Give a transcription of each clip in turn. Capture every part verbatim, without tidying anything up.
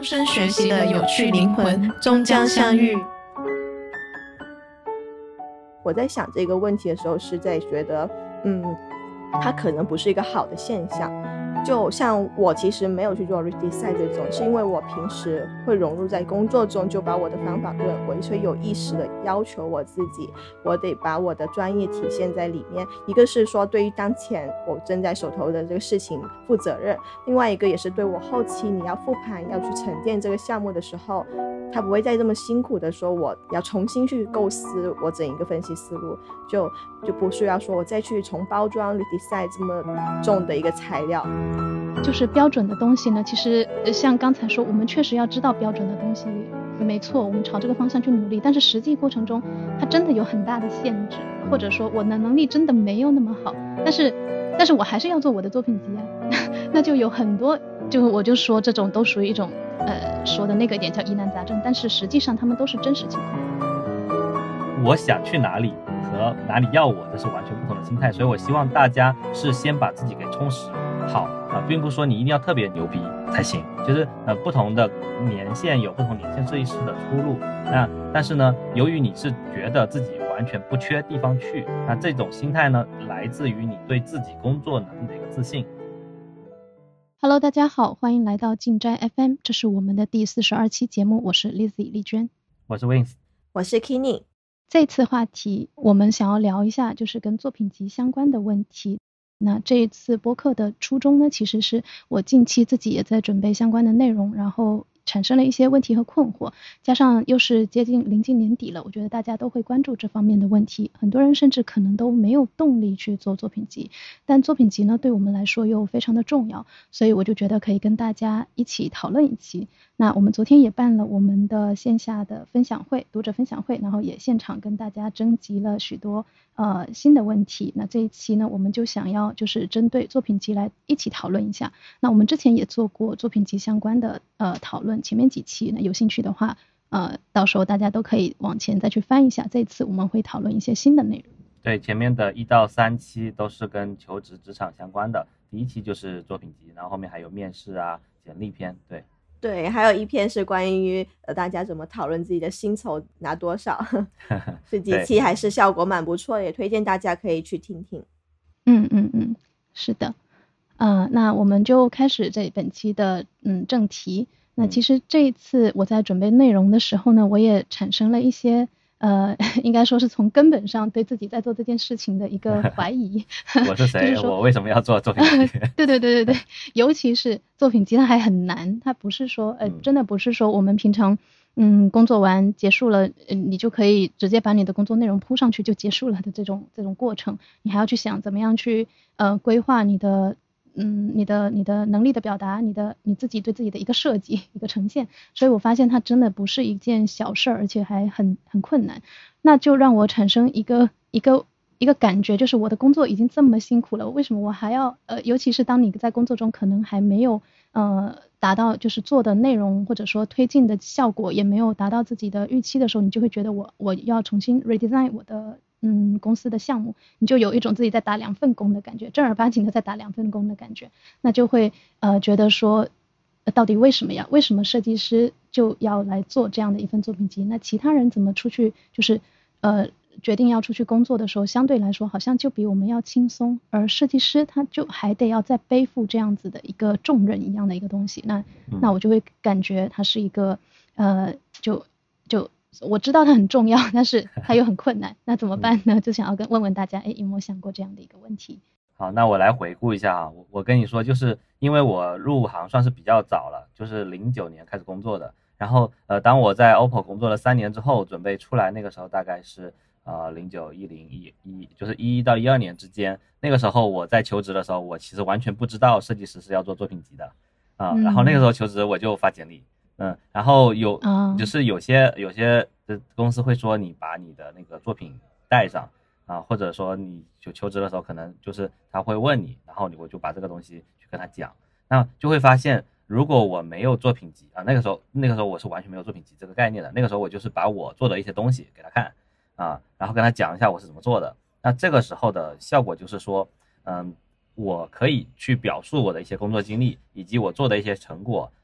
终身学习的有趣灵魂终将相遇。 我在想这个问题的时候，是在觉得，嗯，它可能不是一个好的现象。就像我其实没有去做 redesign 这种，是因为我平时会融入在工作中，就把我的方法论，我所以有意识的要求我自己，我得把我的专业体现在里面。一个是说对于当前我正在手头的这个事情负责任，另外一个也是对我后期你要复盘要去沉淀这个项目的时候，他不会再这么辛苦的说我要重新去构思我整一个分析思路，就就不需要说我再去重包装 redesign 这么重的一个材料。 就是标准的东西呢，其实像刚才说，我们确实要知道标准的东西没错，我们朝这个方向去努力，但是实际过程中它真的有很大的限制，或者说我的能力真的没有那么好，但是但是我还是要做我的作品集啊那就有很多，就我就说这种都属于一种呃说的那个一点叫疑难杂症，但是实际上他们都是真实情况。 我想去哪里和哪里要我，这是完全不同的心态，所以我希望大家是先把自己给充实好啊、呃，并不是说你一定要特别牛逼才行，就是呃不同的年限有不同年限设计师的出路。那但是呢，由于你是觉得自己完全不缺地方去，那这种心态呢，来自于你对自己工作能力的一个自信。 Hello， 大家好，欢迎来到静斋 F M， 这是我们的第四十二期节目，我是 Lizzy 丽娟， 我是 Wins， 我是 Kenny。 这次话题我们想要聊一下就是跟作品集相关的问题。那这一次播客的初衷呢，其实是我近期自己也在准备相关的内容，然后产生了一些问题和困惑，加上又是接近临近年底了，我觉得大家都会关注这方面的问题，很多人甚至可能都没有动力去做作品集，但作品集呢对我们来说又非常的重要，所以我就觉得可以跟大家一起讨论一期。那我们昨天也办了我们的线下的分享会，读者分享会，然后也现场跟大家征集了许多呃新的问题。那这一期呢，我们就想要就是针对作品集来一起讨论一下。那我们之前也做过作品集相关的呃讨论，前面几期呢有兴趣的话，呃到时候大家都可以往前再去翻一下。这次我们会讨论一些新的内容。 对，前面的一到三期都是跟求职职场相关的，第一期就是作品集，然后后面还有面试啊、简历篇，对。 对，还有一篇是关于呃大家怎么讨论自己的薪酬拿多少，这几期还是效果蛮不错的，也推荐大家可以去听听。 嗯嗯嗯，是的，呃，那我们就开始这本期的嗯正题。那其实这一次我在准备内容的时候呢，我也产生了一些呃，应该说是从根本上对自己在做这件事情的一个怀疑。 我是谁？我为什么要做作品集？ 对对对对对，尤其是作品集它还很难，它不是说呃，真的不是说我们平常嗯工作完结束了，呃，你就可以直接把你的工作内容铺上去就结束了的这种这种过程，你还要去想怎么样去呃规划你的。嗯，你的你的能力的表达，你的你自己对自己的一个设计一个呈现，所以我发现它真的不是一件小事儿，而且还很很困难。那就让我产生一个一个一个感觉，就是我的工作已经这么辛苦了，为什么我还要呃，尤其是当你在工作中可能还没有呃达到就是做的内容或者说推进的效果也没有达到自己的预期的时候，你就会觉得我我要重新 redesign 我的。嗯，公司的项目，你就有一种自己在打两份工的感觉，正儿八经的在打两份工的感觉，那就会呃觉得说，呃，到底为什么呀？为什么设计师就要来做这样的一份作品集？那其他人怎么出去，就是呃决定要出去工作的时候，相对来说好像就比我们要轻松，而设计师他就还得要再背负这样子的一个重任一样的一个东西，那那我就会感觉它是一个呃就就。我知道它很重要，但是它又很困难，那怎么办呢？就想要跟问问大家，哎，有没有想过这样的一个问题？ 好，那我来回顾一下啊，我我跟你说，就是因为我入行算是比较早了，就是零九年开始工作的，然后呃，当我在 O P P O 工作了三年之后，准备出来，那个时候大概是呃零九一零一一，就是一一到一二年之间，那个时候我在求职的时候，我其实完全不知道设计师是要做作品集的啊、呃嗯，然后那个时候求职我就发简历。嗯，然后有、哦、就是有些有些公司会说你把你的那个作品带上啊，或者说你就求职的时候可能就是他会问你，然后我就把这个东西去跟他讲，那就会发现如果我没有作品集啊，那个时候那个时候我是完全没有作品集这个概念的，那个时候我就是把我做的一些东西给他看啊，然后跟他讲一下我是怎么做的，那这个时候的效果就是说，嗯，我可以去表述我的一些工作经历以及我做的一些成果。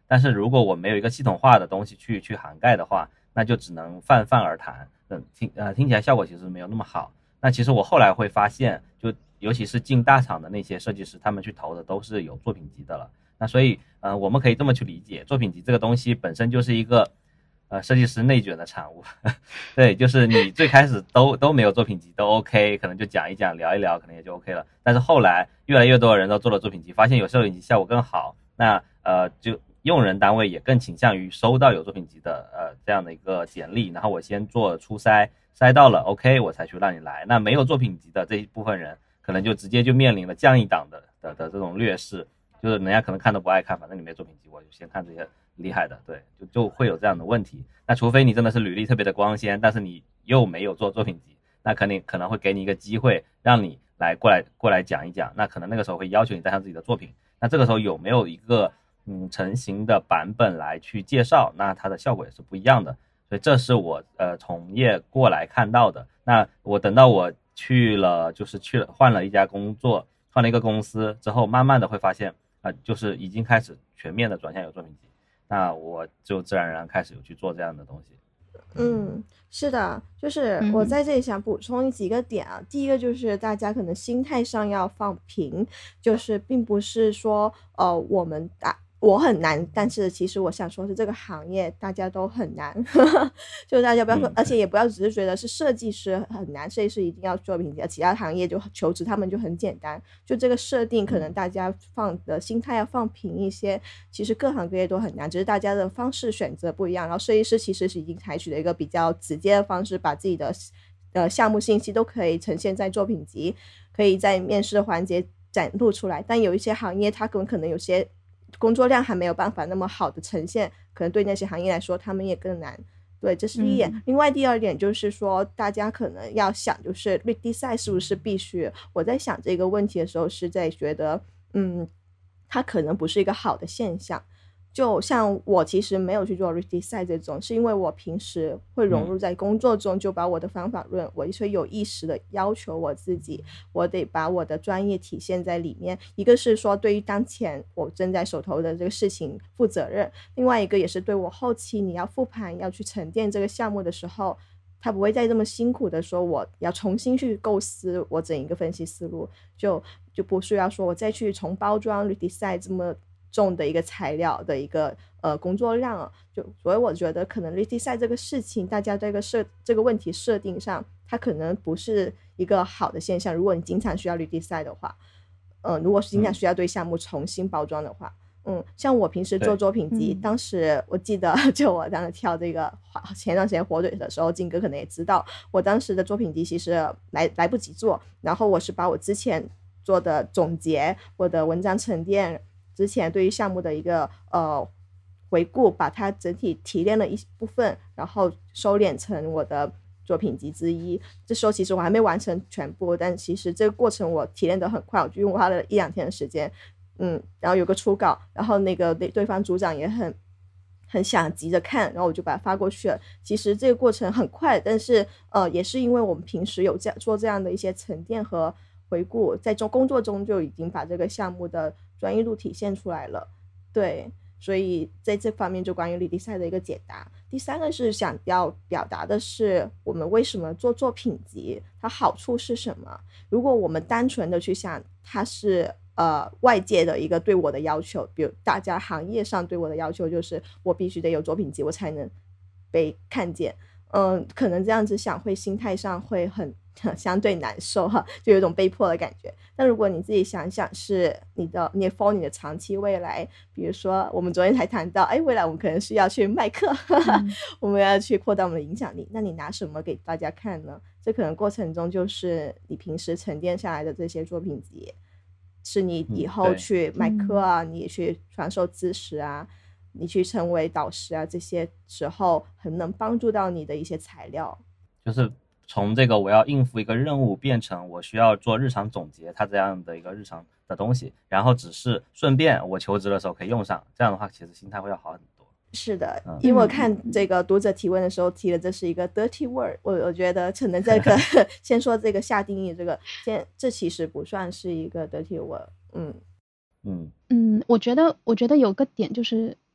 但是如果我没有一个系统化的东西去去涵盖的话，那就只能泛泛而谈，嗯，听呃听起来效果其实没有那么好。那其实我后来会发现，就尤其是进大厂的那些设计师，他们去投的都是有作品集的了。那所以呃我们可以这么去理解，作品集这个东西本身就是一个呃设计师内卷的产物。对，就是你最开始都都没有作品集都 OK， 可能就讲一讲聊一聊可能也就 OK 了。但是后来越来越多的人都做了作品集，发现有作品集效果更好，那呃就用人单位也更倾向于收到有作品集的呃这样的一个简历，然后我先做初筛，筛到了 OK 我才去让你来。那没有作品集的这一部分人可能就直接就面临了降一档的的的这种劣势，就是人家可能看都不爱看，反正你没作品集我就先看这些厉害的，对，就就会有这样的问题。那除非你真的是履历特别的光鲜，但是你又没有做作品集，那肯定可能会给你一个机会让你来过来过来讲一讲，那可能那个时候会要求你带上自己的作品，那这个时候有没有一个嗯成型的版本来去介绍，那它的效果也是不一样的。所以这是我呃从业过来看到的。那我等到我去了就是去了换了一家工作，换了一个公司之后，慢慢的会发现啊、呃，就是已经开始全面的转向有作品集，那我就自然而然开始有去做这样的东西。 嗯，是的，就是我在这里想补充几个点啊。嗯、第一个就是大家可能心态上要放平，就是并不是说呃我们打。我很难，但是其实我想说是这个行业大家都很难。就大家不要说、嗯、而且也不要只是觉得是设计师很难，设计师一定要作品集，其他行业就求职他们就很简单，就这个设定可能大家放的心态要放平一些。其实各行各业都很难，只是大家的方式选择不一样。然后设计师其实是已经采取了一个比较直接的方式，把自己的呃项目信息都可以呈现在作品集，可以在面试环节展露出来。但有一些行业它可能可能有些工作量还没有办法那么好的呈现，可能对那些行业来说他们也更难。对，这是第一点、嗯、另外第二点就是说大家可能要想，就是 redesign 是不是必须。我在想这个问题的时候是在觉得嗯，它可能不是一个好的现象。就像我其实没有去做 redesign 这种，是因为我平时会融入在工作中，就把我的方法论，我会有意识的要求我自己，我得把我的专业体现在里面。一个是说对于当前我正在手头的这个事情负责任，另外一个也是对我后期你要复盘要去沉淀这个项目的时候，他不会再这么辛苦的说我要重新去构思我整一个分析思路，就就不需要说我再去重包装 redesign 这么重的一个材料的一个呃工作量啊。就所以我觉得可能 redesign 这个事情，大家这个设这个问题设定上，它可能不是一个好的现象。如果你经常需要 redesign 的话，呃，如果是经常需要对项目重新包装的话，嗯，像我平时做作品集，当时我记得就我当时跳这个前段时间火腿的时候，金哥可能也知道，我当时的作品集其实来来不及做，然后我是把我之前做的总结，我的文章沉淀，之前对于项目的一个呃回顾，把它整体提炼了一部分，然后收敛成我的作品集之一。这时候其实我还没完成全部，但其实这个过程我提炼得很快，我就用花了一两天的时间，嗯，然后有个初稿，然后那个对方组长也很很想急着看，然后我就把它发过去了。其实这个过程很快，但是呃也是因为我们平时有这样做这样的一些沉淀和回顾，在工作中就已经把这个项目的专业度体现出来了。对，所以在这方面就关于 redesign 的一个解答。第三个是想要表达的是我们为什么做作品集，它好处是什么。如果我们单纯的去想它是呃外界的一个对我的要求，比如大家行业上对我的要求就是我必须得有作品集我才能被看见，嗯、呃，可能这样子想会心态上会很相对难受哈，就有种被迫的感觉。但如果你自己想想是你的你 for 你的长期未来，比如说我们昨天才谈到，哎，未来我们可能是要去卖课、嗯、我们要去扩大我们的影响力，那你拿什么给大家看呢？这可能过程中就是你平时沉淀下来的这些作品集，是你以后去卖课啊、嗯、你去传授知识啊，你去成为导师啊，这些时候很能帮助到你的一些材料。 就是从这个我要应付一个任务变成我需要做日常总结，它这样的一个日常的东西，然后只是顺便我求职的时候可以用上，这样的话其实心态会要好很多。 是的、嗯、因为我看这个读者提问的时候提了这是一个 dirty word， 我我觉得可能这个先说这个下定义，这个先这其实不算是一个 dirty word。 嗯嗯嗯，我觉得我觉得有个点就是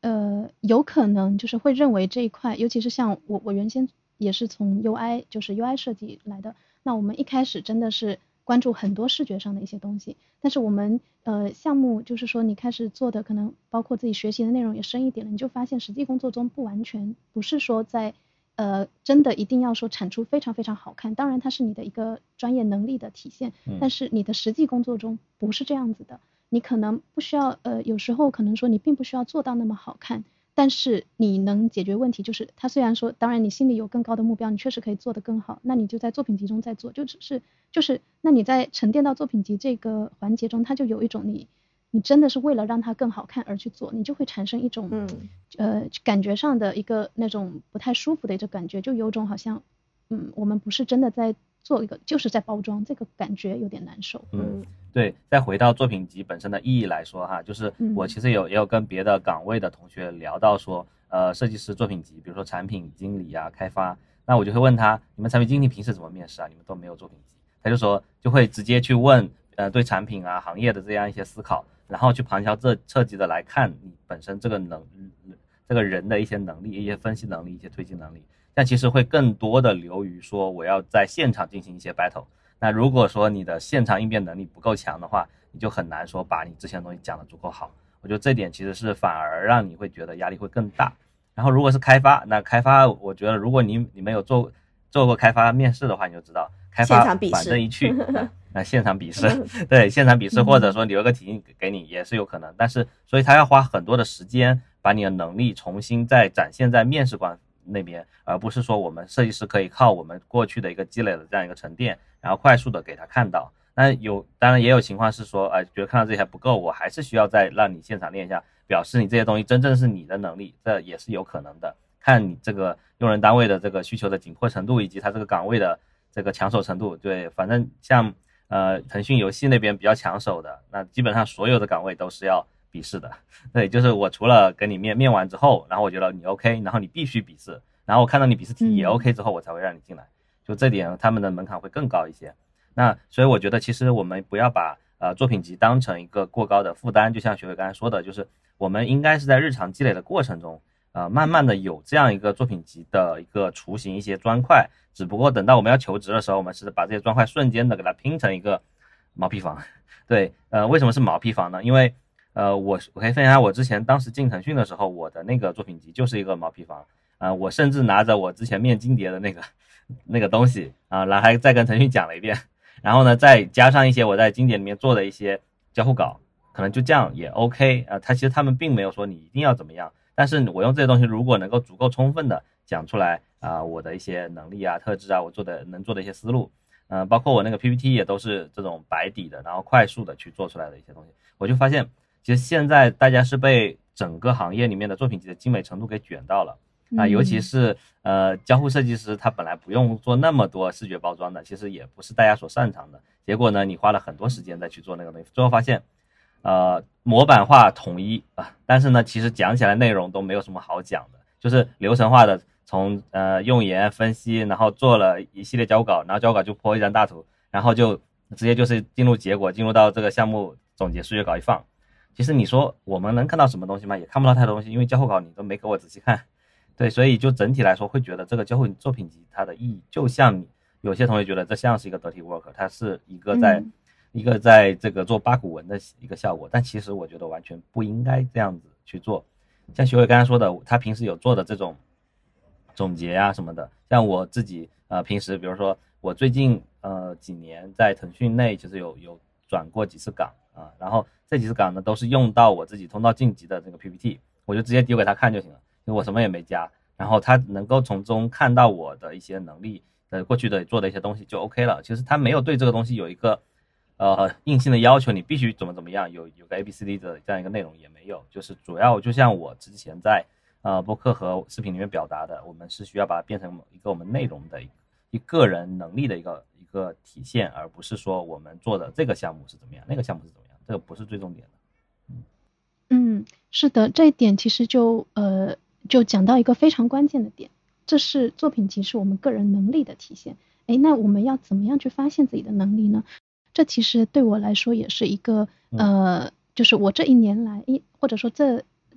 呃，有可能就是会认为这一块，尤其是像我我原先也是从 U I 就是 U I 设计来的，那我们一开始真的是关注很多视觉上的一些东西，但是我们呃项目就是说你开始做的可能包括自己学习的内容也深一点了，你就发现实际工作中不完全不是说在呃真的一定要说产出非常非常好看，当然它是你的一个专业能力的体现，但是你的实际工作中不是这样子的，你可能不需要呃有时候可能说你并不需要做到那么好看，但是你能解决问题，就是它虽然说当然你心里有更高的目标，你确实可以做得更好，那你就在作品集中在做，就只是就是那你在沉淀到作品集这个环节中，它就有一种你你真的是为了让它更好看而去做，你就会产生一种、嗯、呃感觉上的一个那种不太舒服的一个感觉，就有种好像嗯我们不是真的在做一个就是在包装，这个感觉有点难受。 嗯，对，再回到作品集本身的意义来说哈，就是我其实有、嗯、也有跟别的岗位的同学聊到说，呃，设计师作品集，比如说产品经理啊、开发，那我就会问他，你们产品经理平时怎么面试啊？你们都没有作品集？他就说就会直接去问，呃，对产品啊、行业的这样一些思考，然后去旁敲侧侧击的来看你本身这个能这个人的一些能力、一些分析能力、一些推进能力。但其实会更多的流于说我要在现场进行一些 battle， 那如果说你的现场应变能力不够强的话，你就很难说把你之前的东西讲得足够好，我觉得这点其实是反而让你会觉得压力会更大。然后如果是开发，那开发我觉得如果你你没有做做过开发面试的话，你就知道开发反正一去那, 那现场笔试对，现场笔试或者说留个题目给你也是有可能，但是所以他要花很多的时间把你的能力重新再展现在面试官那边，而不是说我们设计师可以靠我们过去的一个积累的这样一个沉淀，然后快速的给他看到。那有当然也有情况是说，呃，觉得看到这些还不够，我还是需要再让你现场练一下，表示你这些东西真正是你的能力，这也是有可能的。看你这个用人单位的这个需求的紧迫程度，以及他这个岗位的这个抢手程度。对，反正像呃腾讯游戏那边比较抢手的，那基本上所有的岗位都是要笔试的。对，就是我除了跟你面面完之后，然后我觉得你 OK， 然后你必须笔试，然后我看到你笔试题也 OK 之后，我才会让你进来。就这点他们的门槛会更高一些。那所以我觉得其实我们不要把呃作品集当成一个过高的负担，就像学伟刚才说的，就是我们应该是在日常积累的过程中，呃慢慢的有这样一个作品集的一个雏形，一些砖块，只不过等到我们要求职的时候，我们是把这些砖块瞬间的给它拼成一个毛坯房。对，呃为什么是毛坯房呢？因为呃我我可以分享一下我之前当时进腾讯的时候，我的那个作品集就是一个毛坯房。呃我甚至拿着我之前面金蝶的那个那个东西啊，然后还再跟腾讯讲了一遍，然后呢再加上一些我在金蝶里面做的一些交互稿，可能就这样也 OK 啊。他其实他们并没有说你一定要怎么样，但是我用这些东西如果能够足够充分的讲出来啊，我的一些能力啊、特质啊，我做的能做的一些思路，嗯、呃，包括我那个 P P T 也都是这种白底的，然后快速的去做出来的一些东西，我就发现其实现在大家是被整个行业里面的作品集的精美程度给卷到了。啊，尤其是呃交互设计师，他本来不用做那么多视觉包装的，其实也不是大家所擅长的。结果呢，你花了很多时间再去做那个东西，最后发现，呃，模板化统一啊，但是呢，其实讲起来内容都没有什么好讲的，就是流程化的，从呃用言分析，然后做了一系列交互稿，然后交互稿就破一张大图，然后就直接就是进入结果，进入到这个项目总结视觉稿一放。其实你说我们能看到什么东西吗？也看不到太多东西，因为交互稿你都没给我仔细看。对，所以就整体来说会觉得这个交互作品集它的意义，就像你有些同学觉得这像是一个 dirty work， 它是一个在、嗯、一个在这个做八股文的一个效果，但其实我觉得完全不应该这样子去做。像学伟刚才说的，他平时有做的这种总结啊什么的，像我自己呃平时比如说我最近呃几年在腾讯内其实有有转过几次岗啊，然后这几次岗呢都是用到我自己通道晋级的这个 P P T， 我就直接丢给他看就行了。我什么也没加，然后他能够从中看到我的一些能力的过去的做的一些东西就 OK 了。其实他没有对这个东西有一个呃硬性的要求，你必须怎么怎么样，有有个 A B C D 的这样一个内容也没有，就是主要就像我之前在呃播客和视频里面表达的，我们是需要把它变成一个我们内容的一一个人能力的一个一个体现，而不是说我们做的这个项目是怎么样，那个项目是怎么样，这个不是最重点的。 嗯嗯，是的，这一点其实就呃。就讲到一个非常关键的点，这是作品集是我们个人能力的体现。诶，那我们要怎么样去发现自己的能力呢？这其实对我来说也是一个呃，就是我这一年来，一或者说这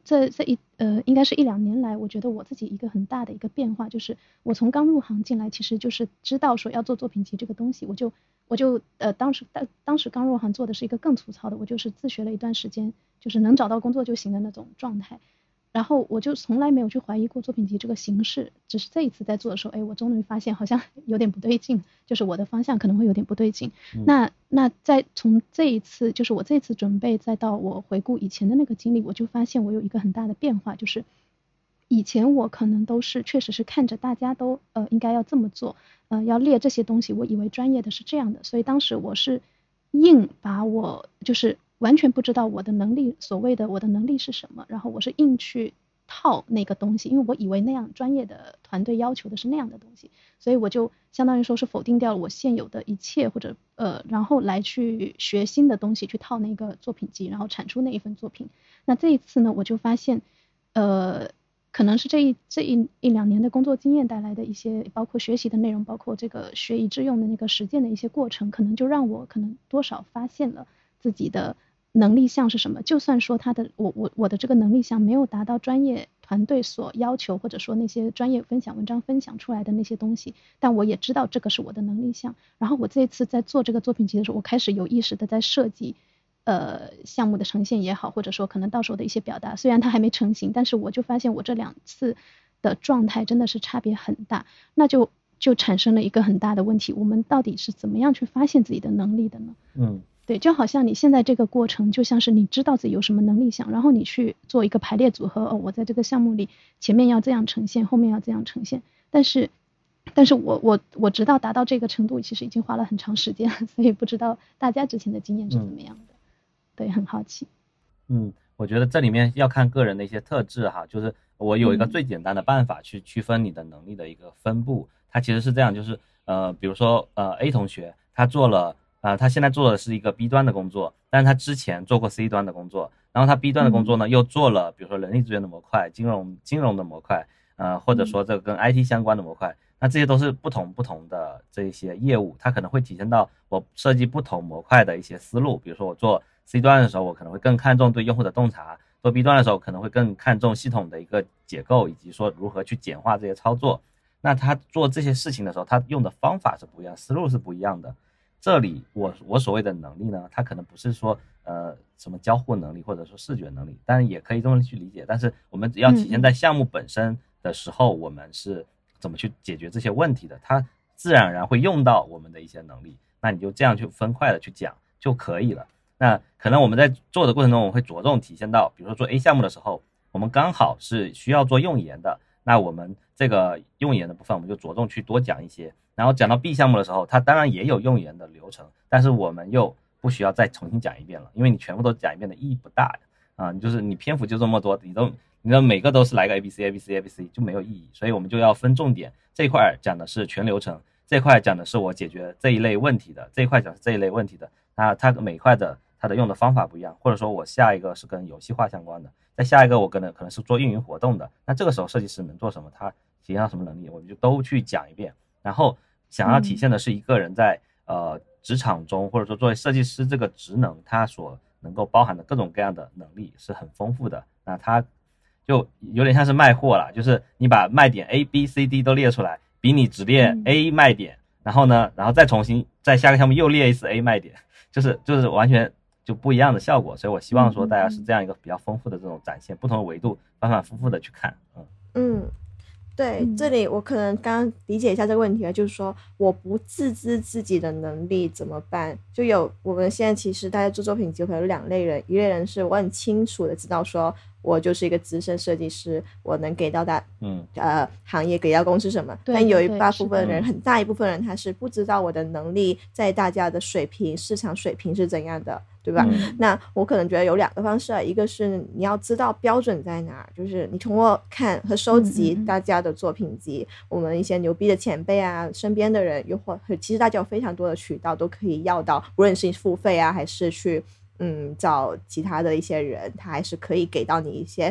这这一呃应该是一两年来，我觉得我自己一个很大的一个变化，就是我从刚入行进来，其实就是知道说要做作品集这个东西，我就我就呃当时当当时刚入行做的是一个更粗糙的，我就是自学了一段时间，就是能找到工作就行的那种状态。然后我就从来没有去怀疑过作品集这个形式，只是这一次在做的时候，哎，我终于发现好像有点不对劲，就是我的方向可能会有点不对劲。嗯、那那在从这一次，就是我这次准备再到我回顾以前的那个经历，我就发现我有一个很大的变化，就是以前我可能都是确实是看着大家都呃应该要这么做，呃要列这些东西，我以为专业的是这样的，所以当时我是硬把我就是完全不知道我的能力，所谓的我的能力是什么，然后我是硬去套那个东西，因为我以为那样专业的团队要求的是那样的东西，所以我就相当于说是否定掉了我现有的一切，或者呃然后来去学新的东西，去套那个作品集，然后产出那一份作品。那这一次呢，我就发现呃可能是这一这一一两年的工作经验带来的一些，包括学习的内容，包括这个学以致用的那个实践的一些过程，可能就让我可能多少发现了自己的能力项是什么。就算说他的我我我的这个能力项没有达到专业团队所要求，或者说那些专业分享文章分享出来的那些东西，但我也知道这个是我的能力项。然后我这一次在做这个作品集的时候，我开始有意识的在设计呃项目的呈现也好，或者说可能到时候的一些表达，虽然它还没成型，但是我就发现我这两次的状态真的是差别很大。那就就产生了一个很大的问题，我们到底是怎么样去发现自己的能力的呢？嗯，对，就好像你现在这个过程，就像是你知道自己有什么能力项，然后你去做一个排列组合，哦，我在这个项目里前面要这样呈现，后面要这样呈现，但是但是我我我直到达到这个程度，其实已经花了很长时间，所以不知道大家之前的经验是怎么样的。嗯、对，很好奇。 嗯，我觉得这里面要看个人的一些特质哈，就是我有一个最简单的办法去区分你的能力的一个分布，它其实是这样，就是呃，比如说呃 A 同学他做了呃他现在做的是一个 B 端的工作，但是他之前做过 C 端的工作，然后他 B 端的工作呢、嗯、又做了比如说人力资源的模块、金融金融的模块，呃或者说这个跟 I T 相关的模块。那这些都是不同不同的这一些业务，它可能会体现到我设计不同模块的一些思路。比如说我做 C 端的时候，我可能会更看重对用户的洞察；做 B 端的时候，可能会更看重系统的一个结构，以及说如何去简化这些操作。那他做这些事情的时候，他用的方法是不一样，思路是不一样的。这里我我所谓的能力呢，它可能不是说呃什么交互能力或者说视觉能力，但是也可以这么去理解。但是我们要体现在项目本身的时候，我们是怎么去解决这些问题的，它自然而然会用到我们的一些能力，那你就这样去分块的去讲就可以了。那可能我们在做的过程中，我们会着重体现到，比如说做 A 项目的时候，我们刚好是需要做用研的，那我们这个用研的部分我们就着重去多讲一些，然后讲到 B 项目的时候，它当然也有用研的流程，但是我们又不需要再重新讲一遍了，因为你全部都讲一遍的意义不大的啊，就是你篇幅就这么多，你都你的每个都是来个 A B C A B C A B C 就没有意义，所以我们就要分重点，这一块讲的是全流程，这一块讲的是我解决这一类问题的，这一块讲是这一类问题的，那它每一块的它的用的方法不一样，或者说我下一个是跟游戏化相关的，再下一个我可能可能是做运营活动的，那这个时候设计师能做什么，他体现到什么能力，我们就都去讲一遍，然后想要体现的是一个人在、嗯、呃职场中或者说作为设计师这个职能，他所能够包含的各种各样的能力是很丰富的，那他就有点像是卖货啦，就是你把卖点 A B C D 都列出来，比你只列 A 卖点、嗯、然后呢然后再重新在下个项目又列一次 A 卖点，就是就是完全就不一样的效果，所以我希望说大家是这样一个比较丰富的这种展现，不同的维度反反复复的去看。嗯嗯，对，这里我可能刚刚理解一下这个问题了，就是说我不自知自己的能力怎么办？就有我们现在其实大家做作品集可能有两类人，一类人是我很清楚的知道说我就是一个资深设计师，我能给到大嗯呃行业给到公司什么，但有一大部分人，很大一部分人他是不知道我的能力在大家的水平市场水平是怎样的，对吧、嗯、那我可能觉得有两个方式，一个是你要知道标准在哪，就是你通过看和收集大家的作品集、嗯、我们一些牛逼的前辈啊，身边的人，又或其实大家有非常多的渠道都可以要到，无论是付费啊还是去嗯找其他的一些人，他还是可以给到你一些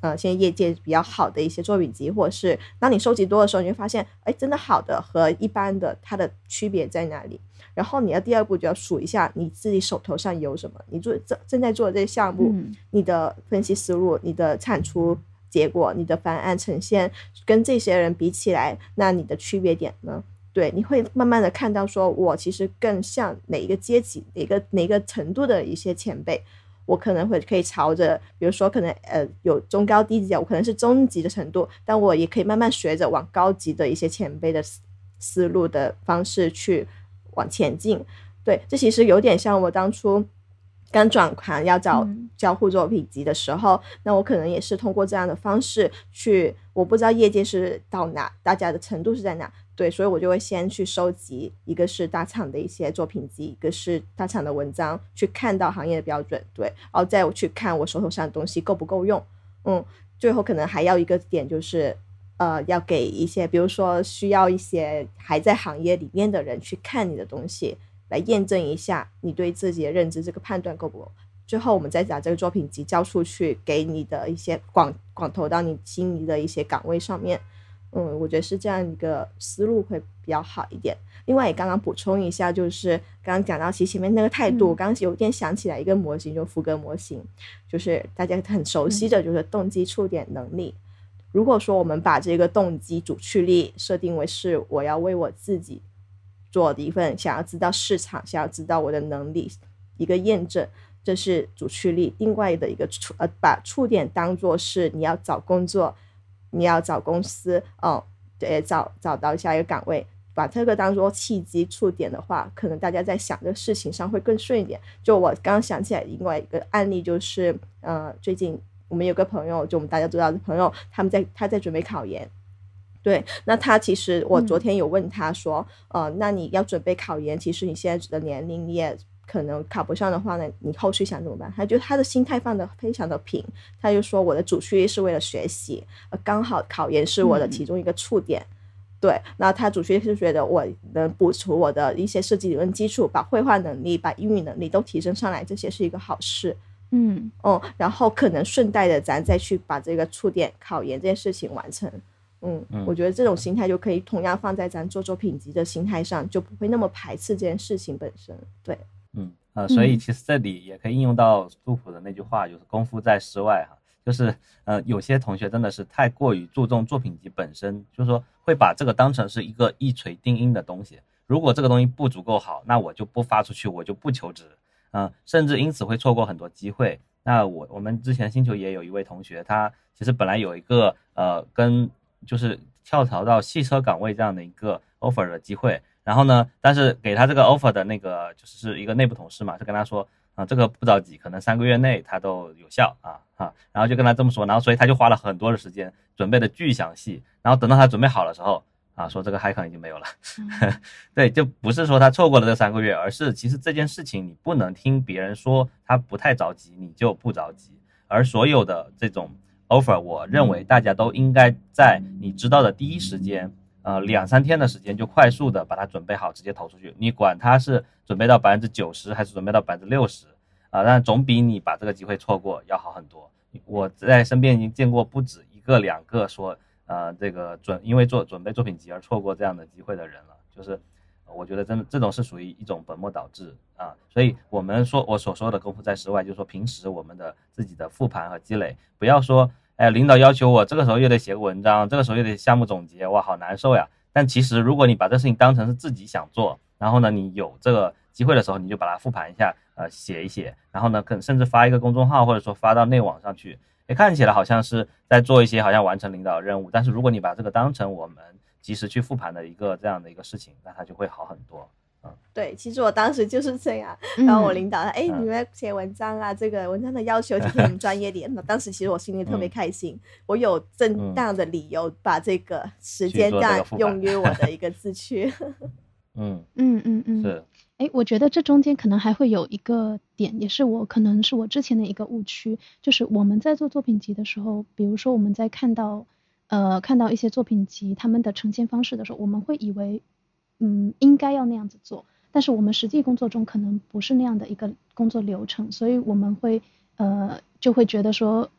呃现在业界比较好的一些作品集，或者是当你收集多的时候，你会发现，哎，真的好的和一般的它的区别在哪里？然后你要第二步就要数一下你自己手头上有什么，你做正正在做的这些项目、嗯，你的分析思路、你的产出结果、你的方案呈现跟这些人比起来，那你的区别点呢？对，你会慢慢的看到说，我其实更像哪一个阶级、哪个哪个程度的一些前辈。我可能会可以朝着，比如说可能呃有中高低级，我可能是中级的程度，但我也可以慢慢学着往高级的一些前辈的思路的方式去往前进。对，这其实有点像我当初刚转行要找交互作品集的时候、嗯、那我可能也是通过这样的方式去，我不知道业界是到哪，大家的程度是在哪，对，所以我就会先去收集，一个是大厂的一些作品集，一个是大厂的文章，去看到行业的标准，对，然后再去看我手头上的东西够不够用。嗯，最后可能还要一个点就是呃，要给一些比如说需要一些还在行业里面的人去看你的东西，来验证一下你对自己的认知这个判断够不够，最后我们再把这个作品集交出去给你的一些广广投到你心仪的一些岗位上面。嗯，我觉得是这样一个思路会比较好一点。另外也刚刚补充一下，就是刚刚讲到其实前面那个态度、嗯、我刚刚有点想起来一个模型，就福格模型，就是大家很熟悉的就是动机触点能力、嗯、如果说我们把这个动机主驱力设定为是我要为我自己做的一份想要知道市场，想要知道我的能力一个验证，这是主驱力。另外的一个触呃把触点当作是你要找工作，你要找公司，哦，对，找找到下一个岗位，把这个当作契机触点的话，可能大家在想的事情上会更顺一点。就我刚刚想起来另外一个案例，就是呃，最近我们有个朋友，就我们大家知道的朋友，他们在他在准备考研。对，那他其实我昨天有问他说、嗯、呃，那你要准备考研，其实你现在的年龄你也可能考不上的话呢，你后续想怎么办？他就他的心态放得非常的平，他就说我的主驱力是为了学习，刚好考研是我的其中一个触点、嗯、对，那他主驱力是觉得我能补足我的一些设计理论基础，把绘画能力把英语能力都提升上来，这些是一个好事。嗯哦，然后可能顺带的咱再去把这个触点考研这件事情完成。嗯，我觉得这种心态就可以同样放在咱做作品集的心态上，就不会那么排斥这件事情本身。对， 嗯呃，所以其实这里也可以应用到杜甫的那句话，就是功夫在诗外哈，就是呃有些同学真的是太过于注重作品集本身，就是说会把这个当成是一个一锤定音的东西，如果这个东西不足够好，那我就不发出去，我就不求职，嗯、呃，甚至因此会错过很多机会。那我我们之前星球也有一位同学，他其实本来有一个呃跟就是跳槽到汽车岗位这样的一个 offer 的机会，然后呢，但是给他这个 offer 的那个就是一个内部同事嘛，就跟他说啊，这个不着急，可能三个月内他都有效啊啊，然后就跟他这么说，然后所以他就花了很多的时间准备的巨详细，然后等到他准备好的时候啊，说这个 Hicon 已经没有了，嗯、对，就不是说他错过了这三个月，而是其实这件事情你不能听别人说他不太着急，你就不着急，而所有的这种offer 我认为大家都应该在你知道的第一时间呃，两三天的时间就快速的把它准备好直接投出去，你管它是准备到百分之九十还是准备到百分之六十啊，但总比你把这个机会错过要好很多。我在身边已经见过不止一个两个说呃，这个准因为做准备作品集而错过这样的机会的人了，就是我觉得真的这种是属于一种本末倒置啊，所以我们说我所说的功夫在诗外，就是说平时我们的自己的复盘和积累，不要说哎，领导要求我这个时候又得写个文章，这个时候又得项目总结，哇，好难受呀。但其实如果你把这事情当成是自己想做，然后呢，你有这个机会的时候，你就把它复盘一下，呃，写一写，然后呢，可甚至发一个公众号，或者说发到内网上去，哎，看起来好像是在做一些好像完成领导的任务，但是如果你把这个当成我们及时去复盘的一个这样的一个事情，那它就会好很多。 对，其实我当时就是这样，然后我领导他，哎、嗯，你们写文章啊，这个文章的要求其实很专业点。当时其实我心里特别开心，嗯、我有正当的理由把这个时间段用于我的一个自驱。 嗯嗯嗯嗯， 是。 哎，我觉得这中间可能还会有一个点，也是我可能是我之前的一个误区，就是我们在做作品集的时候，比如说我们在看到呃看到一些作品集他们的呈现方式的时候，我们会以为嗯应该要那样子做。但是我们实际工作中可能不是那样的一个工作流程，所以我们会呃就会觉得说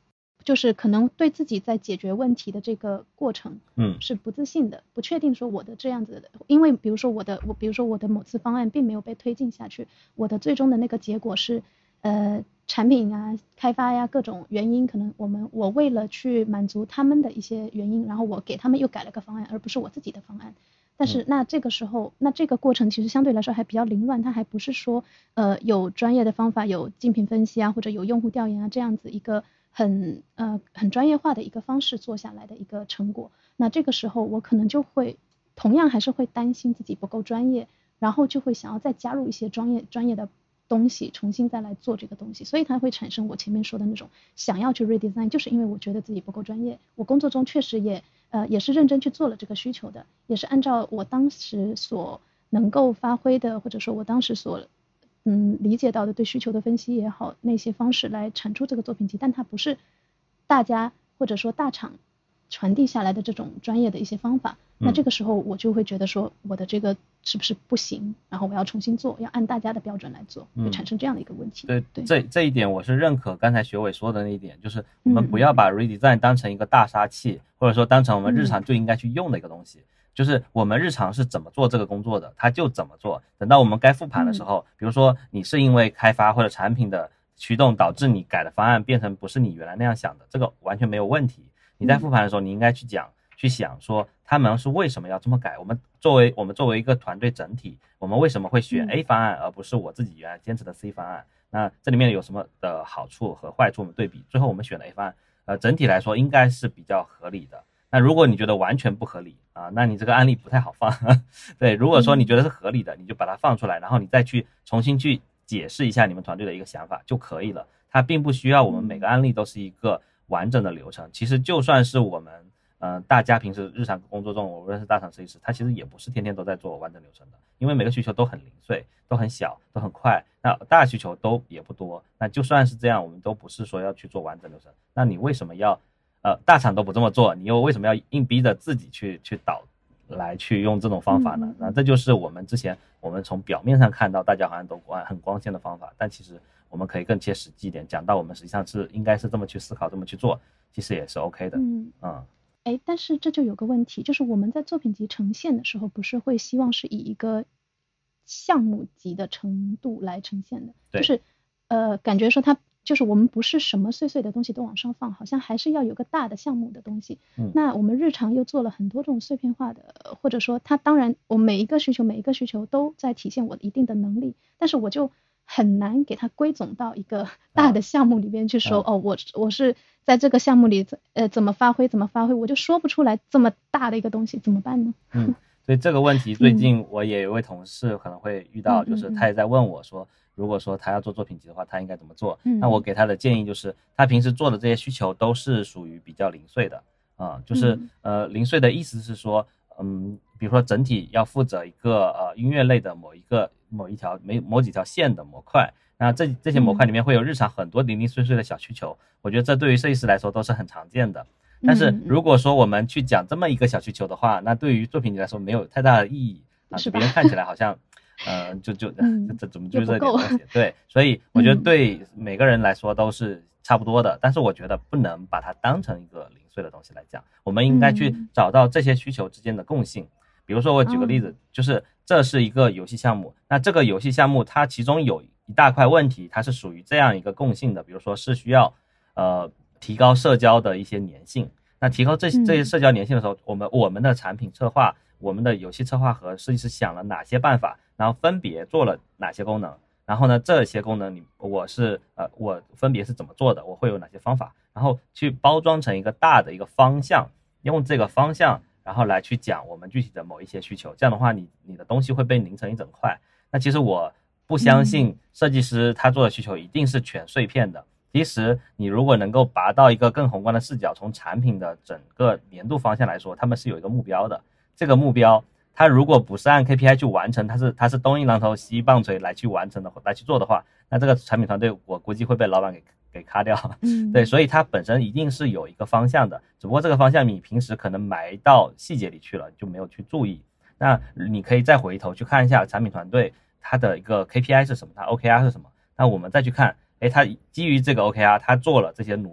就是可能对自己在解决问题的这个过程， 嗯， 是不自信的，不确定说我的这样子的，因为比如说我的我比如说我的某次方案并没有被推进下去，我的最终的那个结果是，呃，产品啊、开发呀各种原因，可能我们我为了去满足他们的一些原因，然后我给他们又改了个方案，而不是我自己的方案。但是那这个时候，那这个过程其实相对来说还比较凌乱，它还不是说呃有专业的方法，有竞品分析啊，或者有用户调研啊这样子一个很呃很专业化的一个方式做下来的一个成果。那这个时候我可能就会同样还是会担心自己不够专业，然后就会想要再加入一些专业专业的东西，重新再来做这个东西，所以它会产生我前面说的那种想要去 redesign， 就是因为我觉得自己不够专业，我工作中确实也呃也是认真去做了这个需求的，也是按照我当时所能够发挥的，或者说我当时所嗯理解到的对需求的分析也好，那些方式来产出这个作品集，但它不是大家或者说大厂传递下来的这种专业的一些方法，那这个时候我就会觉得说我的这个是不是不行，然后我要重新做，要按大家的标准来做，会产生这样的一个问题。 对， 对， 这这一点我是认可刚才学伟说的那一点，就是我们不要把 redesign 当成一个大杀器，或者说当成我们日常就应该去用的一个东西，就是我们日常是怎么做这个工作的，它就怎么做。等到我们该复盘的时候，比如说你是因为开发或者产品的驱动导致你改的方案变成不是你原来那样想的，这个完全没有问题。你在复盘的时候，你应该去讲。去想说他们是为什么要这么改，我们作为我们作为一个团队整体，我们为什么会选 A 方案而不是我自己原来坚持的 C 方案，那这里面有什么的好处和坏处我们对比，最后我们选了 A 方案，呃，整体来说应该是比较合理的。那如果你觉得完全不合理啊，那你这个案例不太好放对，如果说你觉得是合理的，你就把它放出来，然后你再去重新去解释一下你们团队的一个想法就可以了，它并不需要我们每个案例都是一个完整的流程。其实就算是我们呃，大家平时日常工作中，我无论是大厂设计师，他其实也不是天天都在做完整流程的，因为每个需求都很零碎，都很小，都很快，那大需求都也不多。那就算是这样，我们都不是说要去做完整流程，那你为什么要呃大厂都不这么做，你又为什么要硬逼着自己去去导来去用这种方法呢？那这就是我们之前我们从表面上看到大家好像都很光鲜的方法，但其实我们可以更切实际一点，讲到我们实际上是应该是这么去思考，这么去做，其实也是 OK 的。嗯嗯。 哎，但是这就有个问题，就是我们在作品集呈现的时候，不是会希望是以一个项目级的程度来呈现的，就是呃，感觉说它就是我们不是什么碎碎的东西都往上放，好像还是要有个大的项目的东西。嗯，那我们日常又做了很多这种碎片化的，或者说它当然我每一个需求每一个需求都在体现我一定的能力，但是我就很难给它归总到一个大的项目里边去说、啊、哦，我我是在这个项目里呃怎么发挥怎么发挥，我就说不出来这么大的一个东西，怎么办呢？ 嗯，所以这个问题最近我也有一位同事可能会遇到，嗯、就是他也在问我说，如果说他要做作品集的话，他应该怎么做？嗯、那我给他的建议就是，他平时做的这些需求都是属于比较零碎的啊、呃，就是、嗯、呃零碎的意思是说，嗯，比如说整体要负责一个呃音乐类的某一个某一条某某几条线的模块，那这这些模块里面会有日常很多零零碎碎的小需求，我觉得这对于设计师来说都是很常见的。但是如果说我们去讲这么一个小需求的话，那对于作品集来说没有太大的意义啊，别人看起来好像呃就就这怎么就这点东西，对，所以我觉得对每个人来说都是差不多的，但是我觉得不能把它当成一个零碎的东西来讲，我们应该去找到这些需求之间的共性。比如说我举个例子，就是这是一个游戏项目，那这个游戏项目它其中有一大块问题，它是属于这样一个共性的，比如说是需要呃提高社交的一些粘性。那提高这这些社交粘性的时候，我们我们的产品策划，我们的游戏策划和设计师想了哪些办法，然后分别做了哪些功能，然后呢这些功能你我是呃我分别是怎么做的，我会有哪些方法，然后去包装成一个大的一个方向，用这个方向然后来去讲我们具体的某一些需求，这样的话你你的东西会被拧成一整块。那其实我不相信设计师他做的需求一定是全碎片的，其实你如果能够拔到一个更宏观的视角，从产品的整个年度方向来说，他们是有一个目标的，这个目标它如果不是按 K P I 去完成，它是它是东一榔头西一棒槌来去完成的来去做的话，那这个产品团队我估计会被老板给给卡掉。嗯，对，所以它本身一定是有一个方向的，只不过这个方向你平时可能埋到细节里去了，就没有去注意。那你可以再回头去看一下产品团队它的一个 K P I 是什么，它 O K R 是什么，那我们再去看，诶，它基于这个 O K R 它做了这些努力，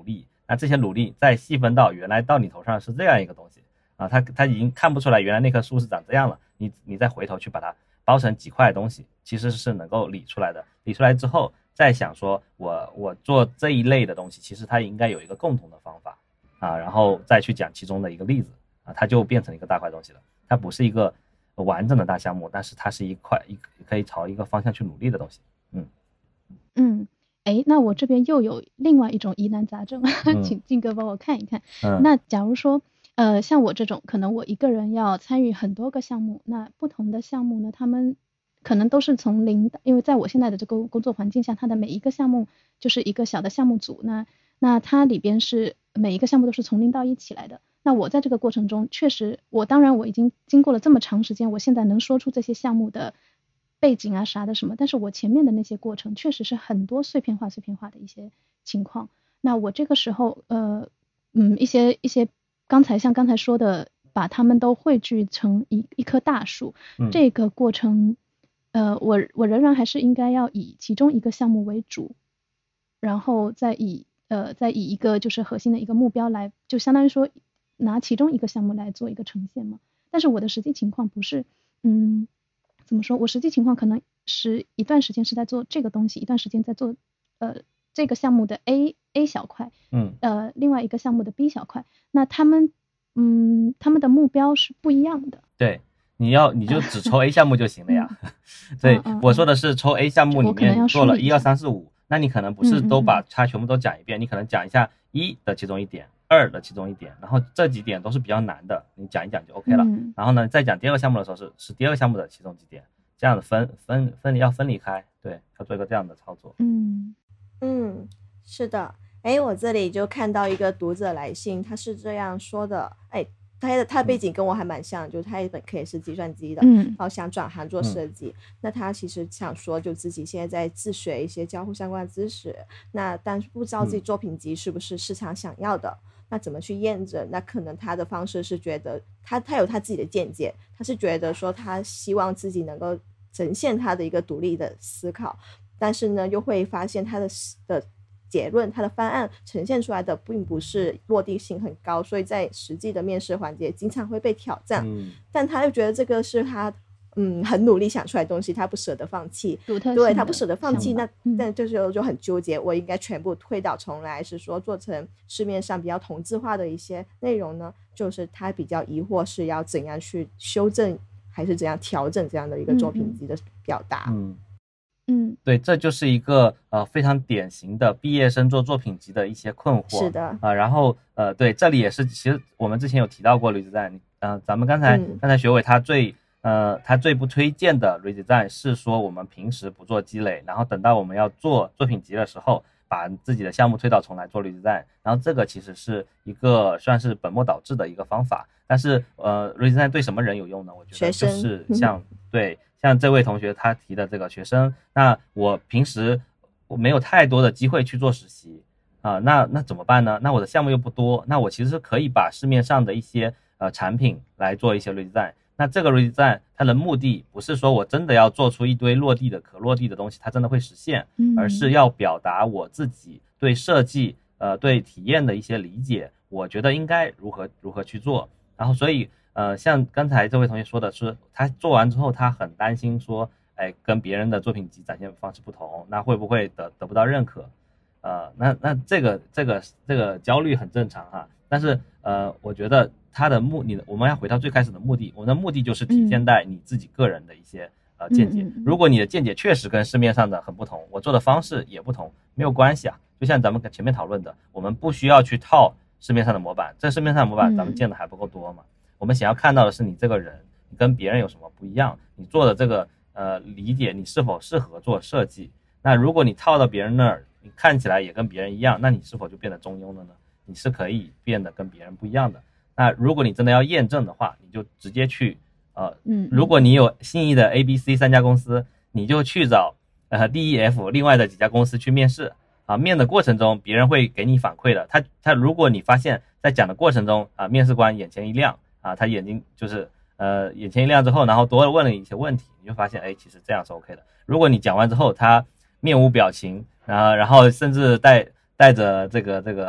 那这些努力再细分到原来到你头上是这样一个东西啊，他他已经看不出来原来那棵树是长这样了，你你再回头去把它包成几块东西，其实是能够理出来的。理出来之后，再想说我我做这一类的东西，其实它应该有一个共同的方法啊，然后再去讲其中的一个例子啊，它就变成一个大块东西了。它不是一个完整的大项目，但是它是一块一可以朝一个方向去努力的东西。嗯嗯，哎，那我这边又有另外一种疑难杂症， 嗯、 请靖哥帮我看一看。 嗯、 那假如说，呃，像我这种，可能我一个人要参与很多个项目，那不同的项目呢，他们可能都是从零，因为在我现在的这个工作环境下，它的每一个项目就是一个小的项目组，那那它里边是每一个项目都是从零到一起来的。那我在这个过程中，确实，我当然我已经经过了这么长时间，我现在能说出这些项目的背景啊啥的什么，但是我前面的那些过程确实是很多碎片化碎片化的一些情况。那我这个时候呃嗯一些一些刚才像刚才说的，把它们都汇聚成一一棵大树、嗯、这个过程呃我我仍然还是应该要以其中一个项目为主，然后再以呃再以一个就是核心的一个目标来，就相当于说拿其中一个项目来做一个呈现嘛。但是我的实际情况不是嗯怎么说，我实际情况可能是一段时间是在做这个东西，一段时间在做呃这个项目的 A A 小块， 嗯呃另外一个项目的 B 小块，那他们嗯他们的目标是不一样的。 对，你要你就只抽 A 项目就行了呀。对、嗯嗯、我说的是抽 A 项目里面做了一二三四五，那你可能不是都把它全部都讲一遍，嗯嗯嗯你可能讲一下一的其中一点，二的其中一点，然后这几点都是比较难的，你讲一讲就 OK 了、嗯、然后呢再讲第二个项目的时候是是第二个项目的其中几点，这样的分分分要分离开，对，要做一个这样的操作。 嗯嗯，是的。哎，我这里就看到一个读者来信，他是这样说的，哎，他的他的背景跟我还蛮像、嗯、就是他本科也是计算机的，嗯，然后想转行做设计、嗯、那他其实想说就自己现在在自学一些交互相关的知识，那但是不知道自己作品集是不是市场想要的、嗯、那怎么去验证，那可能他的方式是觉得他他有他自己的见解，他是觉得说他希望自己能够呈现他的一个独立的思考，但是呢又会发现他的的结论，他的方案呈现出来的并不是落地性很高，所以在实际的面试环节经常会被挑战、嗯、但他又觉得这个是他嗯很努力想出来的东西，他不舍得放弃，对，他不舍得放弃，那但这时候就很纠结，我应该全部推倒重来，是说做成市面上比较同质化的一些内容呢，就是他比较疑惑是要怎样去修正还是怎样调整这样的一个作品集的表达。 嗯嗯，对，这就是一个呃非常典型的毕业生做作品集的一些困惑。 是的啊、 呃，然后呃，对，这里也是，其实我们之前有提到过 redesign， 呃，咱们刚才、嗯、刚才学伟他最呃他最不推荐的 redesign 是说我们平时不做积累，然后等到我们要做作品集的时候，把自己的项目推倒重来做 redesign， 然后这个其实是一个算是本末倒置的一个方法。但是呃 redesign 对什么人有用呢？我觉得就是像、嗯、对。像这位同学他提的这个学生，那我平时我没有太多的机会去做实习啊、呃，那那怎么办呢？那我的项目又不多，那我其实可以把市面上的一些呃产品来做一些 redesign。那这个 redesign 它的目的不是说我真的要做出一堆落地的可落地的东西，它真的会实现，而是要表达我自己对设计呃对体验的一些理解，我觉得应该如何如何去做。然后所以呃，像刚才这位同学说的是，他做完之后，他很担心说，哎，跟别人的作品集展现方式不同，那会不会得得不到认可？呃，那那这个这个这个焦虑很正常哈。但是呃，我觉得他的目，你我们要回到最开始的目的，我们的目的就是体现在你自己个人的一些呃见解。如果你的见解确实跟市面上的很不同，我做的方式也不同，没有关系啊。就像咱们前面讨论的，我们不需要去套市面上的模板，这市面上的模板咱们见的还不够多嘛。我们想要看到的是你这个人，你跟别人有什么不一样，你做的这个呃理解你是否适合做设计。那如果你套到别人那儿，你看起来也跟别人一样，那你是否就变得中庸了呢？你是可以变得跟别人不一样的。那如果你真的要验证的话，你就直接去呃，如果你有心仪的 A B C 三家公司，你就去找呃 D E F 另外的几家公司去面试啊。面的过程中别人会给你反馈的，他他如果你发现在讲的过程中啊，面试官眼前一亮啊，他眼睛就是呃眼前一亮之后，然后多问了一些问题，你就发现哎，其实这样是 OK 的。如果你讲完之后他面无表情啊，然后甚至带带着这个这个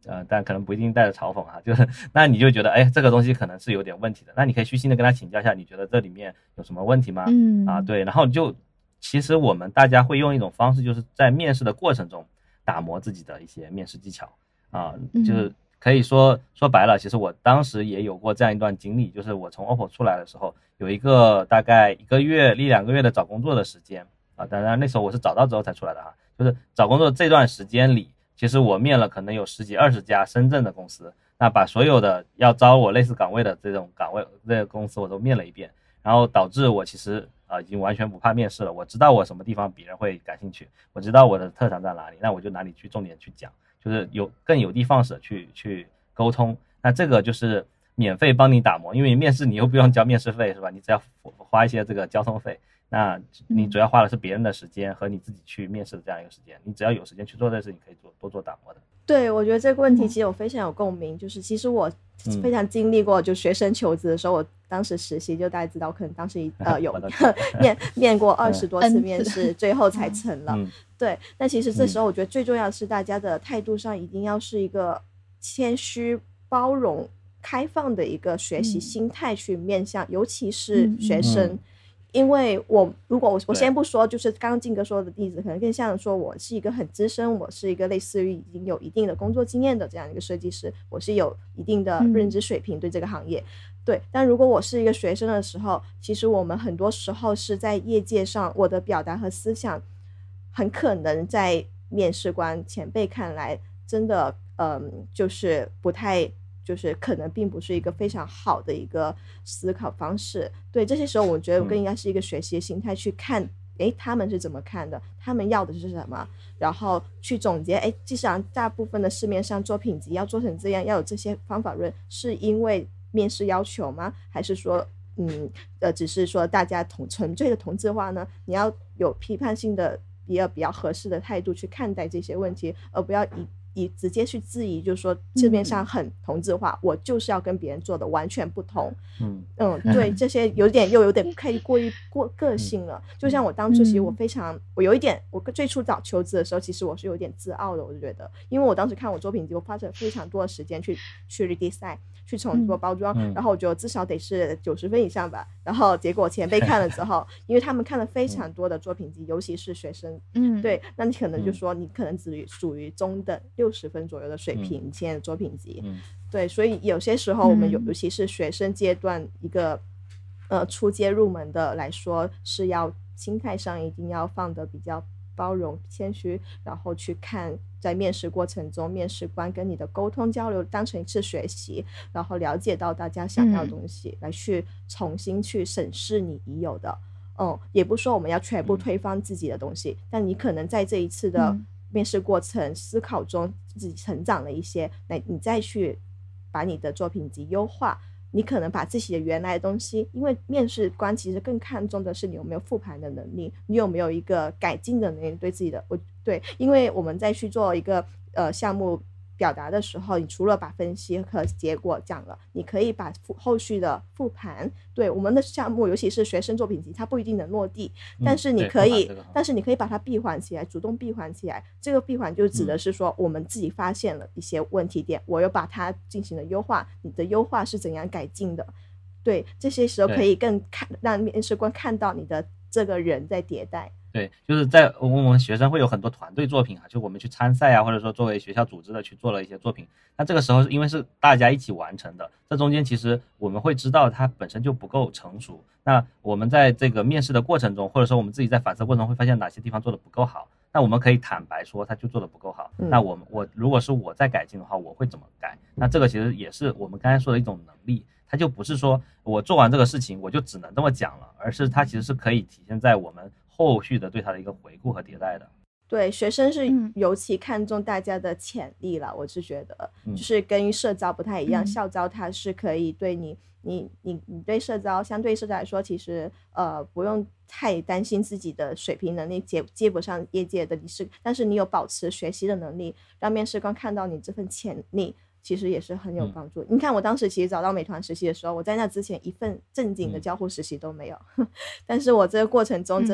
呃，但可能不一定带着嘲讽哈，就是那你就觉得，哎，这个东西可能是有点问题的，那你可以虚心的跟他请教一下，你觉得这里面有什么问题吗？ 嗯啊，对，然后就其实我们大家会用一种方式，就是在面试的过程中打磨自己的一些面试技巧啊，就是可以说说白了，其实我当时也有过这样一段经历，就是我从 O P P O 出来的时候，有一个大概一个月一两个月的找工作的时间啊，当然那时候我是找到之后才出来的哈，就是找工作这段时间里。其实我面了可能有十几二十家深圳的公司，那把所有的要招我类似岗位的这种岗位这个公司我都面了一遍，然后导致我其实啊、呃、已经完全不怕面试了，我知道我什么地方别人会感兴趣，我知道我的特长在哪里，那我就哪里去重点去讲，就是有更有的放矢去去沟通，那这个就是免费帮你打磨，因为面试你又不用交面试费是吧？你只要花一些这个交通费。那你主要花的是别人的时间和你自己去面试的这样一个时间，你只要有时间去做这事，你可以做多做打磨的。 对，我觉得这个问题其实我非常有共鸣，就是其实我非常经历过，就学生求职的时候，我当时实习就大家知道，可能当时呃有面面过二十多次面试，最后才成了。对，但其实这时候我觉得最重要的是大家的态度上一定要是一个谦虚、包容、开放的一个学习心态去面向，尤其是学生。因为我如果我我先不说，就是刚刚靖哥说的例子，可能更像说我是一个很资深，我是一个类似于已经有一定的工作经验的这样一个设计师，我是有一定的认知水平对这个行业。对，但如果我是一个学生的时候，其实我们很多时候是在业界上，我的表达和思想很可能在面试官前辈看来真的嗯，就是不太就是可能并不是一个非常好的一个思考方式。对，这些时候我觉得更应该是一个学习的心态去看，诶，他们是怎么看的，他们要的是什么，然后去总结，诶，既然大部分的市面上作品集要做成这样，要有这些方法论，是因为面试要求吗？还是说嗯呃，只是说大家同纯粹的同质化呢？你要有批判性的比较比较合适的态度去看待这些问题，而不要以以直接去质疑，就是说市面上很同质化、嗯、我就是要跟别人做的完全不同。嗯嗯，对，这些有点又有点太过于过个性了。就像我当初其实我非常、嗯、我有一点，我最初找求职的时候其实我是有点自傲的，我就觉得因为我当时看我作品集，我花了非常多的时间去去 redesign 去重做包装、嗯、然后我觉得至少得是九十分以上吧，然后结果前辈看了之后因为他们看了非常多的作品集、嗯、尤其是学生，嗯，对，那你可能就说你可能只属于中等六十分左右的水平、嗯、你现在的作品集、嗯、对，所以有些时候我们有、嗯、尤其是学生阶段一个呃初阶入门的来说，是要心态上一定要放得比较包容谦虚，然后去看在面试过程中面试官跟你的沟通交流当成一次学习，然后了解到大家想要的东西、嗯、来去重新去审视你已有的，嗯，也不说我们要全部推翻自己的东西、嗯、但你可能在这一次的面试过程、嗯、思考中自己成长了一些，那你再去把你的作品集优化，你可能把自己的原来的东西，因为面试官其实更看重的是你有没有复盘的能力，你有没有一个改进的能力，对自己的我对，因为我们在去做一个呃项目表达的时候，你除了把分析和结果讲了，你可以把后续的复盘，对我们的项目尤其是学生作品集它不一定能落地，但是你可以、嗯这个、但是你可以把它闭环起来，主动闭环起来，这个闭环就指的是说我们自己发现了一些问题点、嗯、我又把它进行了优化，你的优化是怎样改进的，对，这些时候可以更看让面试官看到你的这个人在迭代。 对，就是在我们学生会有很多团队作品啊，就我们去参赛啊，或者说作为学校组织的去做了一些作品，那这个时候因为是大家一起完成的，这中间其实我们会知道它本身就不够成熟，那我们在这个面试的过程中，或者说我们自己在反思过程中会发现哪些地方做的不够好，那我们可以坦白说它就做的不够好、嗯、那我们我如果是我在改进的话，我会怎么改，那这个其实也是我们刚才说的一种能力，它就不是说我做完这个事情我就只能这么讲了，而是它其实是可以体现在我们后续的对它的一个回顾和迭代的。 对，学生是尤其看重大家的潜力啦、嗯、我是觉得就是跟社招不太一样、嗯、校招它是可以对你你你你对社招相对社招来说其实呃不用太担心自己的水平能力接接不上业界的你是，但是你有保持学习的能力，让面试官看到你这份潜力，其实也是很有帮助、嗯、你看我当时其实找到美团实习的时候，我在那之前一份正经的交互实习都没有、嗯、但是我这个过程中真的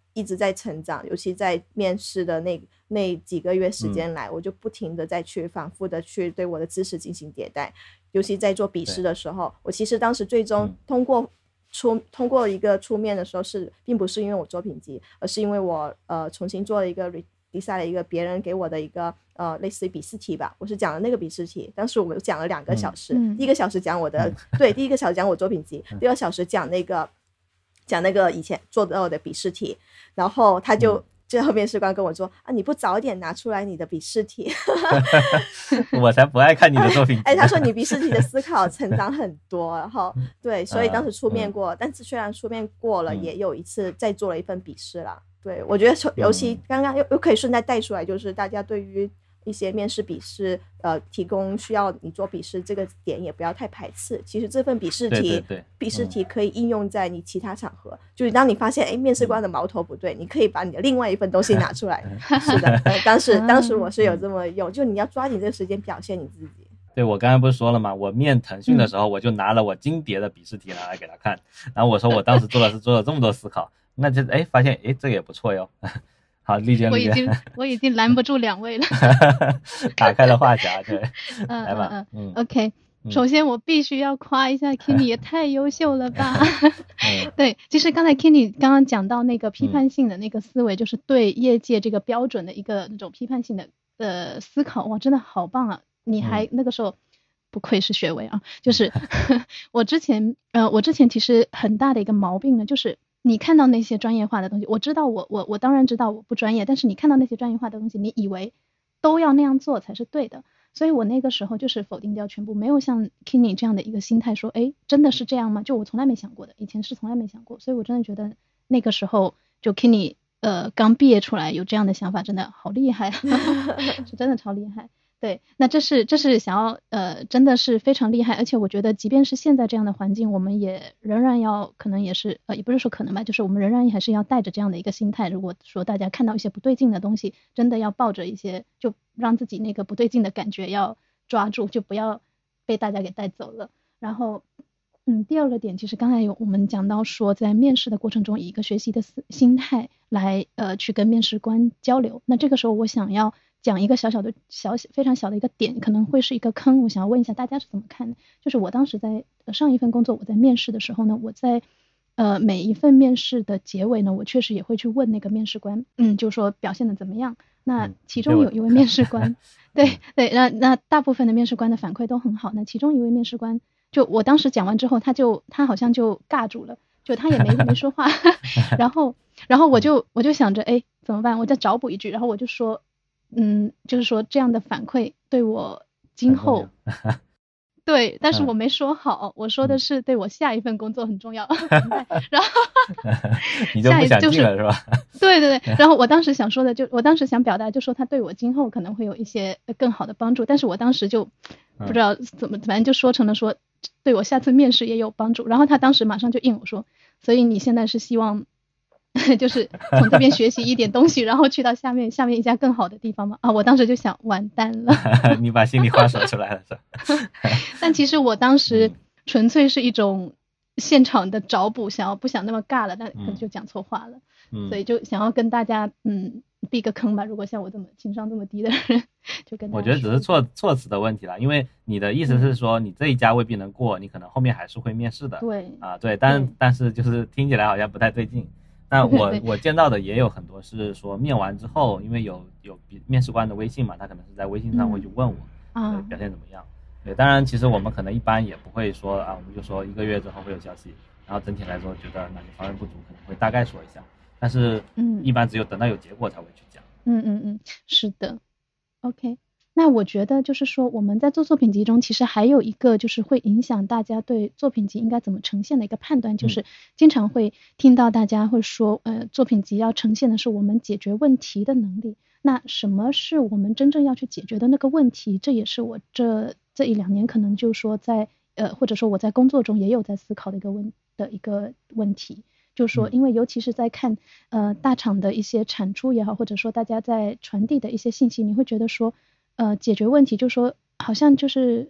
一直在成长，尤其在面试的那那几个月时间来、嗯、我就不停的再去反复的去对我的知识进行迭代，尤其在做笔试的时候，我其实当时最终通过出、嗯、通过一个出面的时候是并不是因为我作品集，而是因为我呃重新做了一个 redesign 了一个别人给我的一个呃类似于笔试题吧，我是讲了那个笔试题，当时我们讲了两个小时、嗯、第一个小时讲我的、嗯、对第一个小时讲我作品集、嗯、第二小时讲那个讲那个以前做到的笔试题，然后他就、嗯、最后面试官跟我说啊，你不早点拿出来你的笔试题我才不爱看你的作品集。 哎，他说你笔试题的思考成长很多，然后对，所以当时出面过、嗯、但是虽然出面过了、嗯、也有一次再做了一份笔试啦。对，我觉得尤其刚刚又又可以顺带带出来，就是大家对于一些面试笔试呃提供需要你做笔试这个点也不要太排斥，其实这份笔试题对对对笔试题可以应用在你其他场合、嗯、就是当你发现哎面试官的矛头不对、嗯、你可以把你的另外一份东西拿出来是的、呃、当时当时我是有这么用，就你要抓紧这个时间表现你自己。 对，我刚才不是说了吗，我面腾讯的时候、嗯、我就拿了我金蝶的笔试题拿来给他看，然后我说我当时做的是做了这么多思考那就哎发现哎这个也不错哟好，丽娟， 我已经我已经拦不住两位了打开了话匣，对， 嗯、 来吧， 嗯嗯 ，OK，、嗯、首先我必须要夸一下 Kenny 也太优秀了吧嗯、 对，其实刚才 Kenny 刚刚讲到那个批判性的那个思维、嗯、就是对业界这个标准的一个那种批判性的呃思考，哇真的好棒啊，你还、嗯、那个时候不愧是学委啊，就是我之前呃我之前其实很大的一个毛病呢，就是你看到那些专业化的东西，我知道我我我当然知道我不专业，但是你看到那些专业化的东西，你以为都要那样做才是对的，所以我那个时候就是否定掉全部，没有像 Kenny 这样的一个心态说，哎，真的是这样吗？就我从来没想过的，以前是从来没想过，所以我真的觉得那个时候就 Kenny 呃刚毕业出来有这样的想法，真的好厉害是真的超厉害。对，那这是这是想要呃真的是非常厉害，而且我觉得即便是现在这样的环境，我们也仍然要可能也是呃也不是说可能吧，就是我们仍然还是要带着这样的一个心态，如果说大家看到一些不对劲的东西，真的要抱着一些就让自己那个不对劲的感觉要抓住，就不要被大家给带走了。然后嗯，第二个点其实刚才有我们讲到说，在面试的过程中以一个学习的心态来呃去跟面试官交流，那这个时候我想要讲一个小小的小非常小的一个点，可能会是一个坑，我想要问一下大家是怎么看的。就是我当时在上一份工作，我在面试的时候呢，我在呃每一份面试的结尾呢，我确实也会去问那个面试官，嗯，就说表现的怎么样。那其中有一位面试官，对对，那那大部分的面试官的反馈都很好。那其中一位面试官，就我当时讲完之后，他就他好像就尬住了，就他也没没说话，然后然后我就我就想着，哎，怎么办？我再找补一句，然后我就说。嗯，就是说这样的反馈对我今后对，但是我没说好、嗯、我说的是对我下一份工作很重要然后你就不想进了、就是、是吧？ 对对对，然后我当时想说的就我当时想表达就说他对我今后可能会有一些更好的帮助，但是我当时就不知道怎么、嗯、反正就说成了说对我下次面试也有帮助，然后他当时马上就应我说，所以你现在是希望就是从这边学习一点东西然后去到下面下面一家更好的地方吗？啊，我当时就想完蛋了你把心里话说出来了是吧但其实我当时纯粹是一种现场的找补，想要不想那么尬了，但可能就讲错话了、嗯、所以就想要跟大家嗯避个坑吧，如果像我这么情商这么低的人就跟大家我觉得只是措措辞的问题啦，因为你的意思是说你这一家未必能过、嗯、你可能后面还是会面试的， 对啊对，但对但是就是听起来好像不太对劲。那我我见到的也有很多是说面完之后，因为有有面试官的微信嘛，他可能是在微信上会去问我、嗯、对表现怎么样。对，当然其实我们可能一般也不会说啊，我们就说一个月之后会有消息，然后整体来说觉得哪些方面不足可能会大概说一下，但是嗯，一般只有等到有结果才会去讲。 嗯嗯嗯，是的。OK， 那我觉得就是说我们在做作品集中其实还有一个就是会影响大家对作品集应该怎么呈现的一个判断，就是经常会听到大家会说呃，作品集要呈现的是我们解决问题的能力，那什么是我们真正要去解决的那个问题，这也是我这这一两年可能就是说在呃或者说我在工作中也有在思考的一个问的一个问题，就是说因为尤其是在看呃大厂的一些产出也好，或者说大家在传递的一些信息，你会觉得说呃解决问题就是说好像就是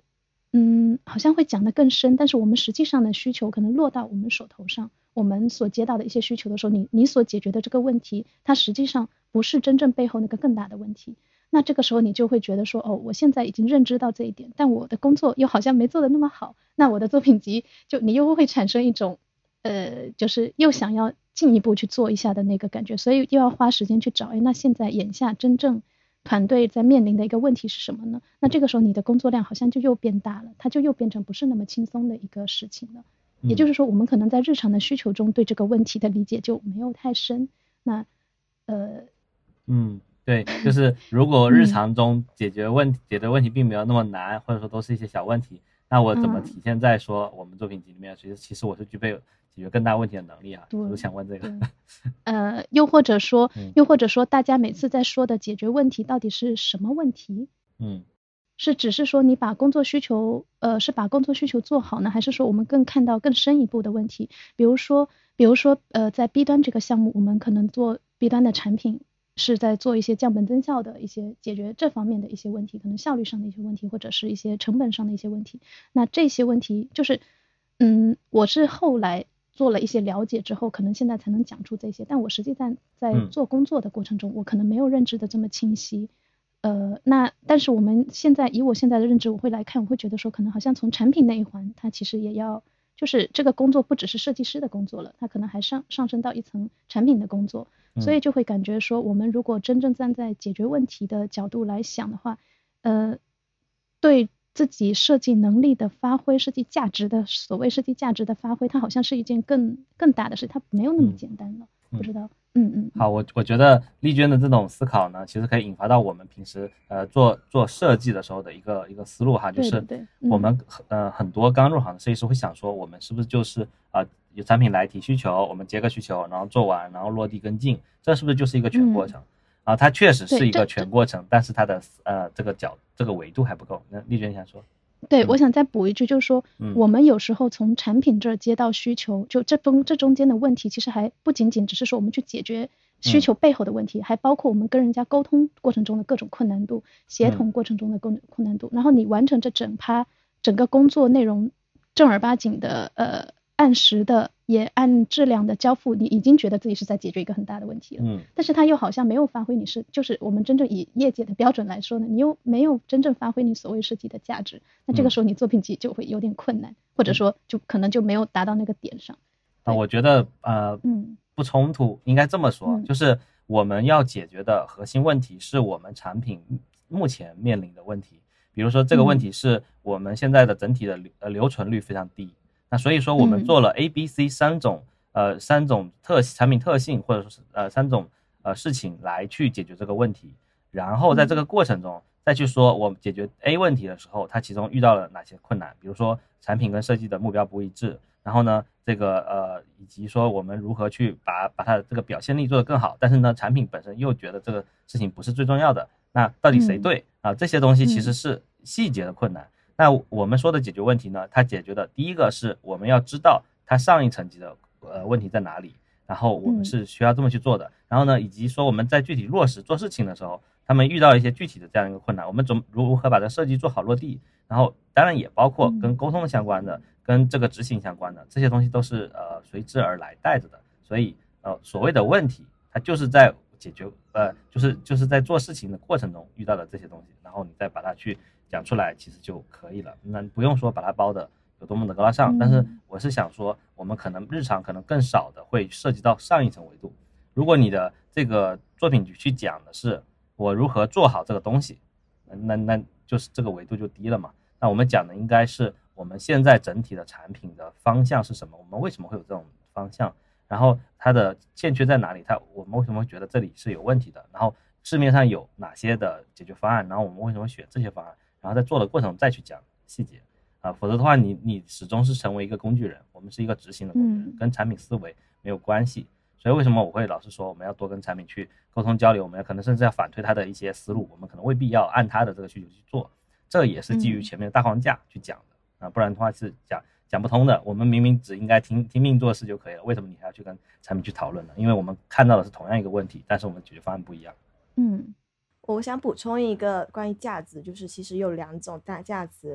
嗯，好像会讲得更深，但是我们实际上的需求可能落到我们手头上，我们所接到的一些需求的时候，你你所解决的这个问题，它实际上不是真正背后那个更大的问题。那这个时候你就会觉得说，哦，我现在已经认知到这一点，但我的工作又好像没做得那么好，那我的作品集就你又会产生一种，呃，就是又想要进一步去做一下的那个感觉，所以又要花时间去找，哎，那现在眼下真正团队在面临的一个问题是什么呢？那这个时候你的工作量好像就又变大了，它就又变成不是那么轻松的一个事情了。也就是说，我们可能在日常的需求中对这个问题的理解就没有太深。那，呃， 嗯，对，就是如果日常中解决问题、嗯、解决问题并没有那么难，或者说都是一些小问题，那我怎么体现在说我们作品集里面？其实其实我是具备解决更大问题的能力啊。我想问这个。 呃，又或者说，又或者说，大家每次在说的解决问题到底是什么问题？ 嗯。 是只是说你把工作需求，呃，是把工作需求做好呢，还是说我们更看到更深一步的问题？比如说，比如说，呃，在 B 端这个项目，我们可能做 B 端的产品，是在做一些降本增效的一些解决这方面的一些问题，可能效率上的一些问题，或者是一些成本上的一些问题。那这些问题就是，嗯，我是后来做了一些了解之后，可能现在才能讲出这些，但我实际在在做工作的过程中，我可能没有认知的这么清晰。呃，那但是我们现在以我现在的认知，我会来看，我会觉得说，可能好像从产品那一环，它其实也要，就是这个工作不只是设计师的工作了，它可能还上上升到一层产品的工作，所以就会感觉说，我们如果真正站在解决问题的角度来想的话，呃，对自己设计能力的发挥，设计价值的所谓设计价值的发挥，它好像是一件更更大的事，它没有那么简单了，嗯、不知道。嗯嗯， 好，我我觉得丽娟的这种思考呢，其实可以引发到我们平时呃做做设计的时候的一个一个思路哈，就是我们呃很多刚入行的设计师会想说，我们是不是就是呃有产品来提需求，我们接个需求，然后做完，然后落地跟进，这是不是就是一个全过程？嗯、啊，它确实是一个全过程，但是它的呃这个角这个维度还不够。那丽娟想说？ 对，我想再补一句，就是说，嗯、我们有时候从产品这儿接到需求，就这中这中间的问题，其实还不仅仅只是说我们去解决需求背后的问题，嗯、还包括我们跟人家沟通过程中的各种困难度，协同过程中的困困难度，嗯、然后你完成这整趴整个工作内容正儿八经的呃按时的也按质量的交付，你已经觉得自己是在解决一个很大的问题了。嗯，但是它又好像没有发挥你是就是我们真正以业界的标准来说呢，你又没有真正发挥你所谓设计的价值，那这个时候你作品集就会有点困难，嗯、或者说就可能就没有达到那个点上。 啊，我觉得呃嗯不冲突，应该这么说，嗯、就是我们要解决的核心问题是我们产品目前面临的问题，比如说这个问题是我们现在的整体的呃留存率非常低。那所以说我们做了 A、B、C 三种、嗯、呃三种特产品特性，或者说是呃三种呃事情来去解决这个问题，然后在这个过程中、嗯、再去说我们解决 A 问题的时候，它其中遇到了哪些困难，比如说产品跟设计的目标不一致，然后呢这个呃以及说我们如何去把把它的这个表现力做得更好，但是呢产品本身又觉得这个事情不是最重要的，那到底谁对、嗯、啊？这些东西其实是细节的困难。嗯那我们说的解决问题呢，它解决的第一个是我们要知道它上一层级的呃问题在哪里，然后我们是需要这么去做的、嗯、然后呢以及说我们在具体落实做事情的时候，他们遇到一些具体的这样一个困难，我们怎如何把这设计做好落地，然后当然也包括跟沟通相关的、嗯、跟这个执行相关的这些东西都是呃随之而来带着的，所以呃所谓的问题它就是在解决呃就是就是在做事情的过程中遇到的这些东西，然后你再把它去讲出来其实就可以了，那不用说把它包的有多么的高大上、嗯、但是我是想说我们可能日常可能更少的会涉及到上一层维度，如果你的这个作品去讲的是我如何做好这个东西，那那就是这个维度就低了嘛，那我们讲的应该是我们现在整体的产品的方向是什么，我们为什么会有这种方向，然后它的欠缺在哪里，它我们为什么会觉得这里是有问题的，然后市面上有哪些的解决方案，然后我们为什么选这些方案，然后在做的过程再去讲细节啊，否则的话你你始终是成为一个工具人，我们是一个执行的工具人、嗯、跟产品思维没有关系，所以为什么我会老是说我们要多跟产品去沟通交流，我们可能甚至要反推他的一些思路，我们可能未必要按他的这个需求去做，这也是基于前面的大框架去讲的、嗯、啊，不然的话是讲讲不通的，我们明明只应该听听命做事就可以了，为什么你还要去跟产品去讨论呢？因为我们看到的是同样一个问题，但是我们解决方案不一样。 嗯，我想补充一个关于价值，就是其实有两种大价值，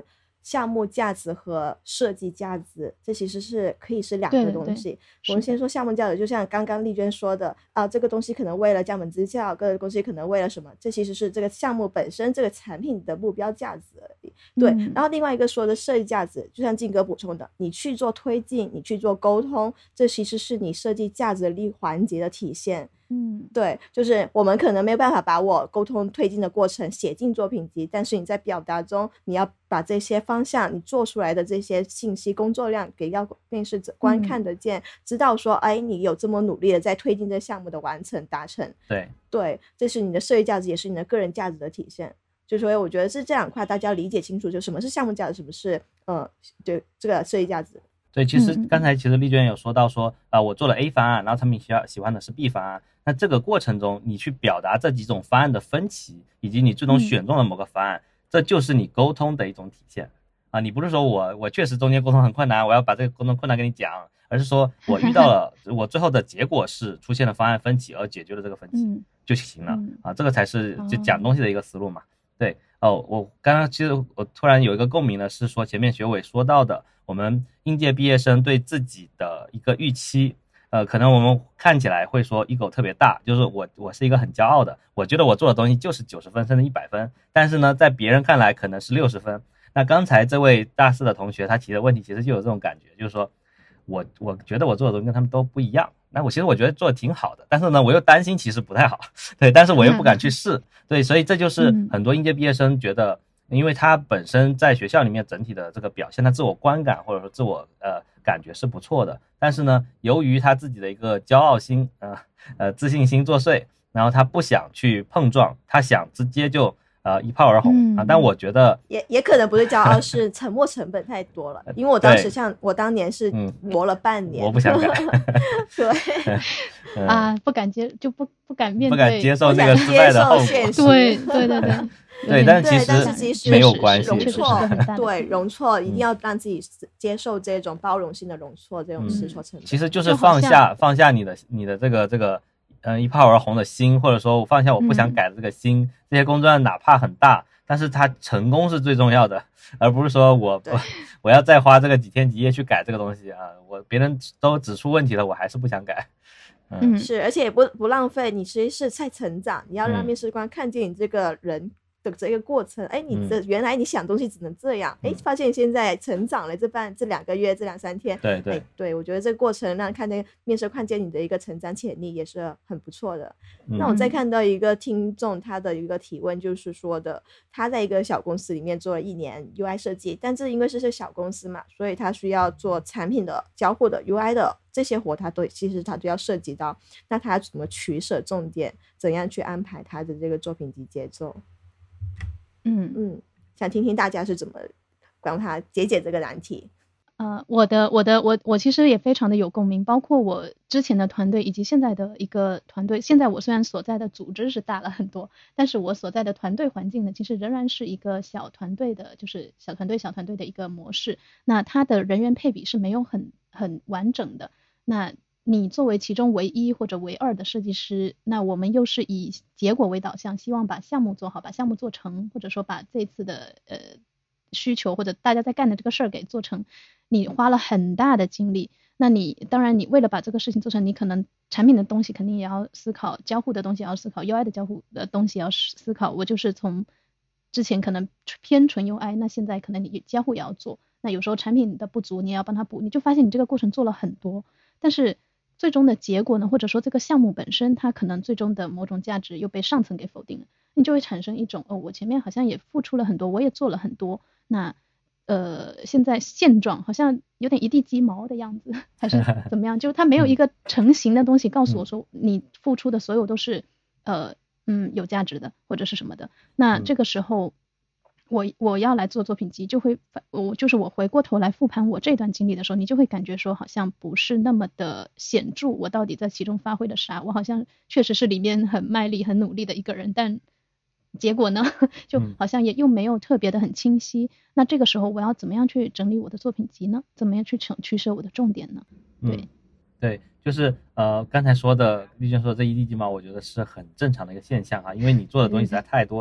项目价值和设计价值，这其实是可以是两个东西。我们先说项目价值，就像刚刚丽娟说的啊，这个东西可能为了降本增效，这个东西可能为了什么，这其实是这个项目本身这个产品的目标价值而已。对、嗯、然后另外一个说的设计价值，就像静哥补充的，你去做推进，你去做沟通，这其实是你设计价值力环节的体现。嗯，对，就是我们可能没有办法把我沟通推进的过程写进作品集，但是你在表达中你要把这些方向你做出来的这些信息工作量给要面试者观看得见、嗯、知道说哎，你有这么努力的在推进这项目的完成达成。 对对，这是你的设计价值，也是你的个人价值的体现。就所以我觉得是这两块大家要理解清楚，就什么是项目价值，什么是呃，对这个设计价值。 对，其实刚才其实丽娟有说到说啊、呃，我做了 A 方案，然后产品需要喜欢的是 B 方案，那这个过程中你去表达这几种方案的分歧，以及你最终选中了某个方案、嗯、这就是你沟通的一种体现啊。你不是说我我确实中间沟通很困难，我要把这个沟通困难跟你讲，而是说我遇到了我最后的结果是出现了方案分歧而解决了这个分歧、嗯、就行了、嗯、啊，这个才是就讲东西的一个思路嘛。对哦，我刚刚其实我突然有一个共鸣的是说前面学伟说到的，我们应届毕业生对自己的一个预期，呃，可能我们看起来会说 ego 特别大，就是我我是一个很骄傲的，我觉得我做的东西就是九十分甚至一百分，但是呢，在别人看来可能是六十分。那刚才这位大四的同学他提的问题其实就有这种感觉，就是说我我觉得我做的东西跟他们都不一样，那我其实我觉得做的挺好的，但是呢我又担心其实不太好，对，但是我又不敢去试，对，所以这就是很多应届毕业生觉得，因为他本身在学校里面整体的这个表现，他自我观感或者说自我呃感觉是不错的，但是呢由于他自己的一个骄傲心呃呃自信心作祟，然后他不想去碰撞，他想直接就呃一炮而红、嗯、啊，但我觉得也也可能不是骄傲，是沉没成本太多了。因为我当时像我当年是磨了半年， 嗯、我不想改， 对、 嗯、啊，不敢接就不不敢面对， 不敢接受那个失败的后果， 对对对对。 对，但是其实没有关系， 容错，对，容错一定要让自己接受这种包容性的容错，这种试错成本、嗯、 其实就是放下放下你的你的这个这个嗯一炮而红的心，或者说我放下我不想改的这个心、嗯、这些工作量哪怕很大，但是它成功是最重要的，而不是说我我我要再花这个几天几夜去改这个东西啊，我别人都指出问题了，我还是不想改。 嗯，是，而且也不不浪费，你其实是在成长，你要让面试官看见你这个人的这个过程，哎、嗯，你这原来你想东西只能这样，哎、嗯，发现现在成长了这半这两个月这两三天， 对对对，我觉得这个过程让看见面试看见你的一个成长潜力也是很不错的、嗯。那我再看到一个听众他的一个提问，就是说的他在一个小公司里面做了一年 U I 设计，但是因为是是小公司嘛，所以他需要做产品的交互的 U I 的这些活，他都其实他都要涉及到，那他要怎么取舍重点，怎样去安排他的这个作品集节奏？嗯嗯，想听听大家是怎么帮他解解这个难题。 呃，我的我的我我其实也非常的有共鸣，包括我之前的团队以及现在的一个团队。现在我虽然所在的组织是大了很多，但是我所在的团队环境呢，其实仍然是一个小团队的，就是小团队小团队的一个模式。那它的人员配比是没有很很完整的。那你作为其中唯一或者唯二的设计师，那我们又是以结果为导向，希望把项目做好，把项目做成，或者说把这次的呃需求或者大家在干的这个事儿给做成，你花了很大的精力。那你当然你为了把这个事情做成，你可能产品的东西肯定也要思考，交互的东西也要思考， U I 的交互的东西也要思考。我就是从之前可能偏纯 U I， 那现在可能你交互也要做，那有时候产品的不足你也要帮他补，你就发现你这个过程做了很多，但是最终的结果呢，或者说这个项目本身它可能最终的某种价值又被上层给否定了，你就会产生一种哦，我前面好像也付出了很多，我也做了很多，那呃现在现状好像有点一地鸡毛的样子，还是怎么样，就是它没有一个成型的东西告诉我说你付出的所有都是呃嗯有价值的或者是什么的。那这个时候我我要来做作品集，就会我就是我回过头来复盘我这段经历的时候，你就会感觉说好像不是那么的显著，我到底在其中发挥了啥，我好像确实是里面很卖力很努力的一个人，但结果呢就好像也又没有特别的很清晰、嗯、那这个时候我要怎么样去整理我的作品集呢？怎么样去取舍我的重点呢？对、 嗯、对，就是呃刚才说的丽娟说的这一地鸡毛，我觉得是很正常的一个现象啊，因为你做的东西实在太多了、嗯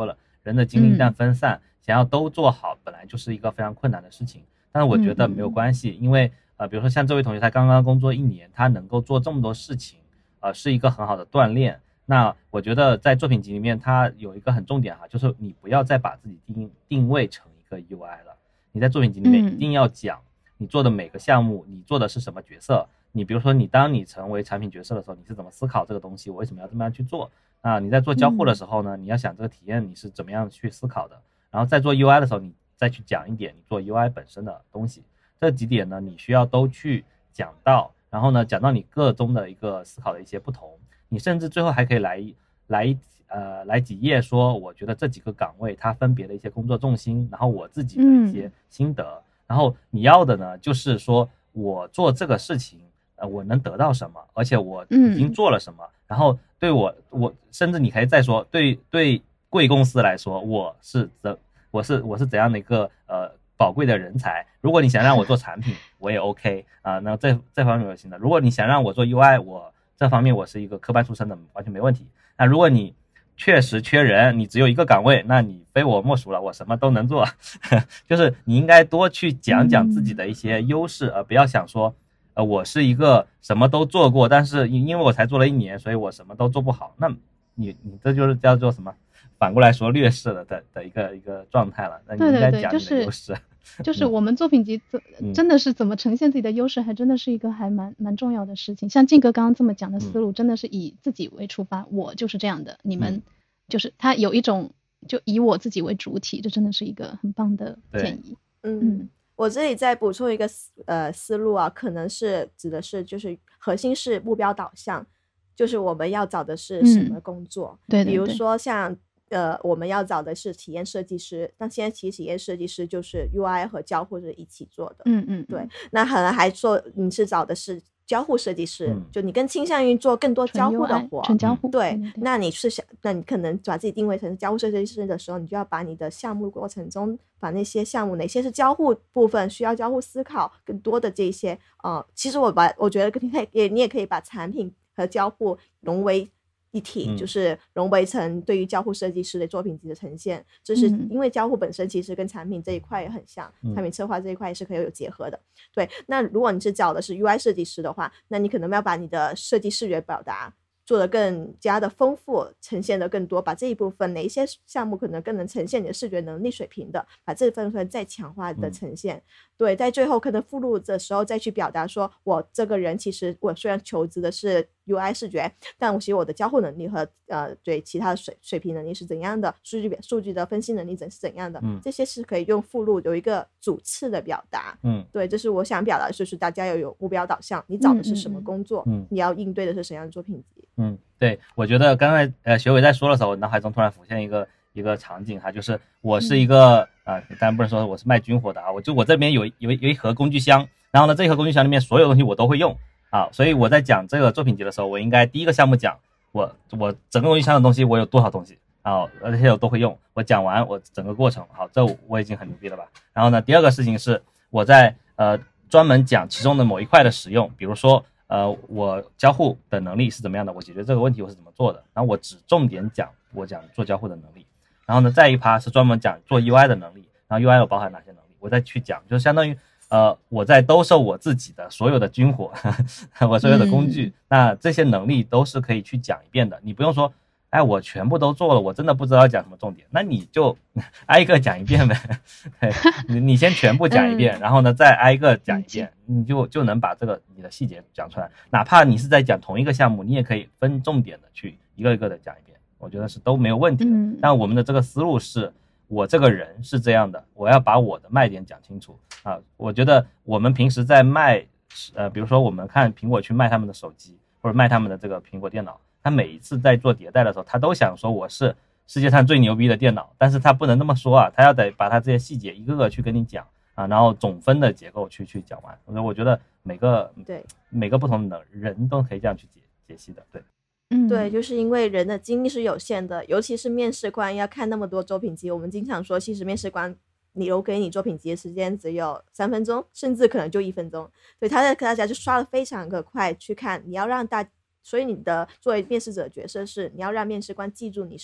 人的精力一旦分散，嗯、想要都做好，本来就是一个非常困难的事情。但是我觉得没有关系，嗯、因为呃，比如说像这位同学，他刚刚工作一年，他能够做这么多事情，呃，是一个很好的锻炼。那我觉得在作品集里面，它有一个很重点哈，就是你不要再把自己定定位成一个 U I 了。你在作品集里面一定要讲你做的每个项目，你做的是什么角色。你比如说，你当你成为产品角色的时候，你是怎么思考这个东西？我为什么要这么样去做？啊，你在做交互的时候呢，你要想这个体验你是怎么样去思考的。然后在做 U I 的时候，你再去讲一点你做 U I 本身的东西。这几点呢，你需要都去讲到，然后呢，讲到你个中的一个思考的一些不同。你甚至最后还可以来来呃来几页说，我觉得这几个岗位它分别的一些工作重心，然后我自己的一些心得。嗯、然后你要的呢，就是说我做这个事情，呃，我能得到什么，而且我已经做了什么。嗯、然后对我我甚至你可以再说，对对贵公司来说，我是怎我是我是怎样的一个呃宝贵的人才。如果你想让我做产品，我也 OK 啊、呃，那这这方面有行的。如果你想让我做 U I， 我这方面我是一个科班出身的，完全没问题。那如果你确实缺人，你只有一个岗位，那你非我莫属了，我什么都能做。就是你应该多去讲讲自己的一些优势，而、嗯呃、不要想说，呃，我是一个什么都做过，但是因为我才做了一年，所以我什么都做不好。那你你这就是叫做什么？反过来说劣势了的的一个一个状态了。那你应该讲你的优势。 就是我们作品集真的是怎么呈现自己的优势，还真的是一个还蛮蛮重要的事情。像靖哥刚刚这么讲的思路，真的是以自己为出发，我就是这样的，你们就是他有一种就以我自己为主体，这真的是一个很棒的建议。 嗯，嗯我这里再补充一个呃思路啊，可能是指的是就是核心是目标导向，就是我们要找的是什么工作， 嗯、对, 对, 对， 比如说像。呃，我们要找的是体验设计师，但现在其实体验设计师就是 U I 和交互是一起做的。 嗯嗯， 对。那可能还说你是找的是交互设计师，嗯、就你更倾向于做更多交互的活。 纯交互。 对。 对对对那你是想，那你可能把自己定位成交互设计师的时候，你就要把你的项目过程中，把那些项目哪些是交互部分需要交互思考更多的这些，呃，其实我把我觉得你可以也你也可以把产品和交互融为一体， 嗯、 就是融为成对于交互设计师的作品集的呈现。这是因为交互本身其实跟产品这一块也很像，嗯、产品策划这一块也是可以有结合的。对，那如果你是找的是 U I 设计师的话，那你可能要把你的设计视觉表达做得更加的丰富，呈现的更多，把这一部分哪一些项目可能更能呈现你的视觉能力水平的，把这部分再强化的呈现。嗯、对，在最后可能附录的时候再去表达说，我这个人其实我虽然求职的是 U I 视觉，但我其实我的交互能力和呃对其他的水水平能力是怎样的，数据数据的分析能力怎是怎样的，嗯、这些是可以用附录有一个主次的表达。 嗯， 对，这是我想表达的，就是大家要有目标导向，你找的是什么工作， 嗯嗯、你要应对的是什么样的作品集。 嗯，对，我觉得刚才呃学伟在说的时候，我脑海中突然浮现一个一个场景哈，就是我是一个啊、嗯呃，当然不能说我是卖军火的啊，我就我这边有有有一盒工具箱，然后呢这一盒工具箱里面所有东西我都会用啊，所以我在讲这个作品集的时候，我应该第一个项目讲我我整个工具箱的东西我有多少东西啊，而且我都会用，我讲完我整个过程，好，这我已经很牛逼了吧。然后呢第二个事情是我在呃专门讲其中的某一块的使用，比如说。呃，我交互的能力是怎么样的？我解决这个问题我是怎么做的？然后我只重点讲我讲做交互的能力，然后呢，再一趴是专门讲做 U I 的能力，然后 U I 有包含哪些能力，我再去讲，就相当于呃我在兜售我自己的所有的军火，呵呵我所有的工具，嗯、那这些能力都是可以去讲一遍的，你不用说。哎，我全部都做了，我真的不知道讲什么重点，那你就挨一个讲一遍呗。对，你你先全部讲一遍，嗯、然后呢再挨一个讲一遍，嗯、你就就能把这个你的细节讲出来。哪怕你是在讲同一个项目，你也可以分重点的去一个一个的讲一遍，我觉得是都没有问题的。嗯、但我们的这个思路是，我这个人是这样的，我要把我的卖点讲清楚啊。我觉得我们平时在卖，呃，比如说我们看苹果去卖他们的手机，或者卖他们的这个苹果电脑。他每一次在做迭代的时候，他都想说我是世界上最牛逼的电脑，但是他不能那么说啊，他要得把他这些细节一个个去跟你讲啊，然后总分的结构去去讲完。所以我觉得每个对每个不同的人都可以这样去解解析的，对， 嗯，对，就是因为人的精力是有限的，尤其是面试官要看那么多作品集，我们经常说，其实面试官你留给你作品集的时间只有三分钟，甚至可能就一分钟，所以他在大家就刷得非常的快去看，你要让大。所以你的作为面试者的角色是你要让面试官记住你什么，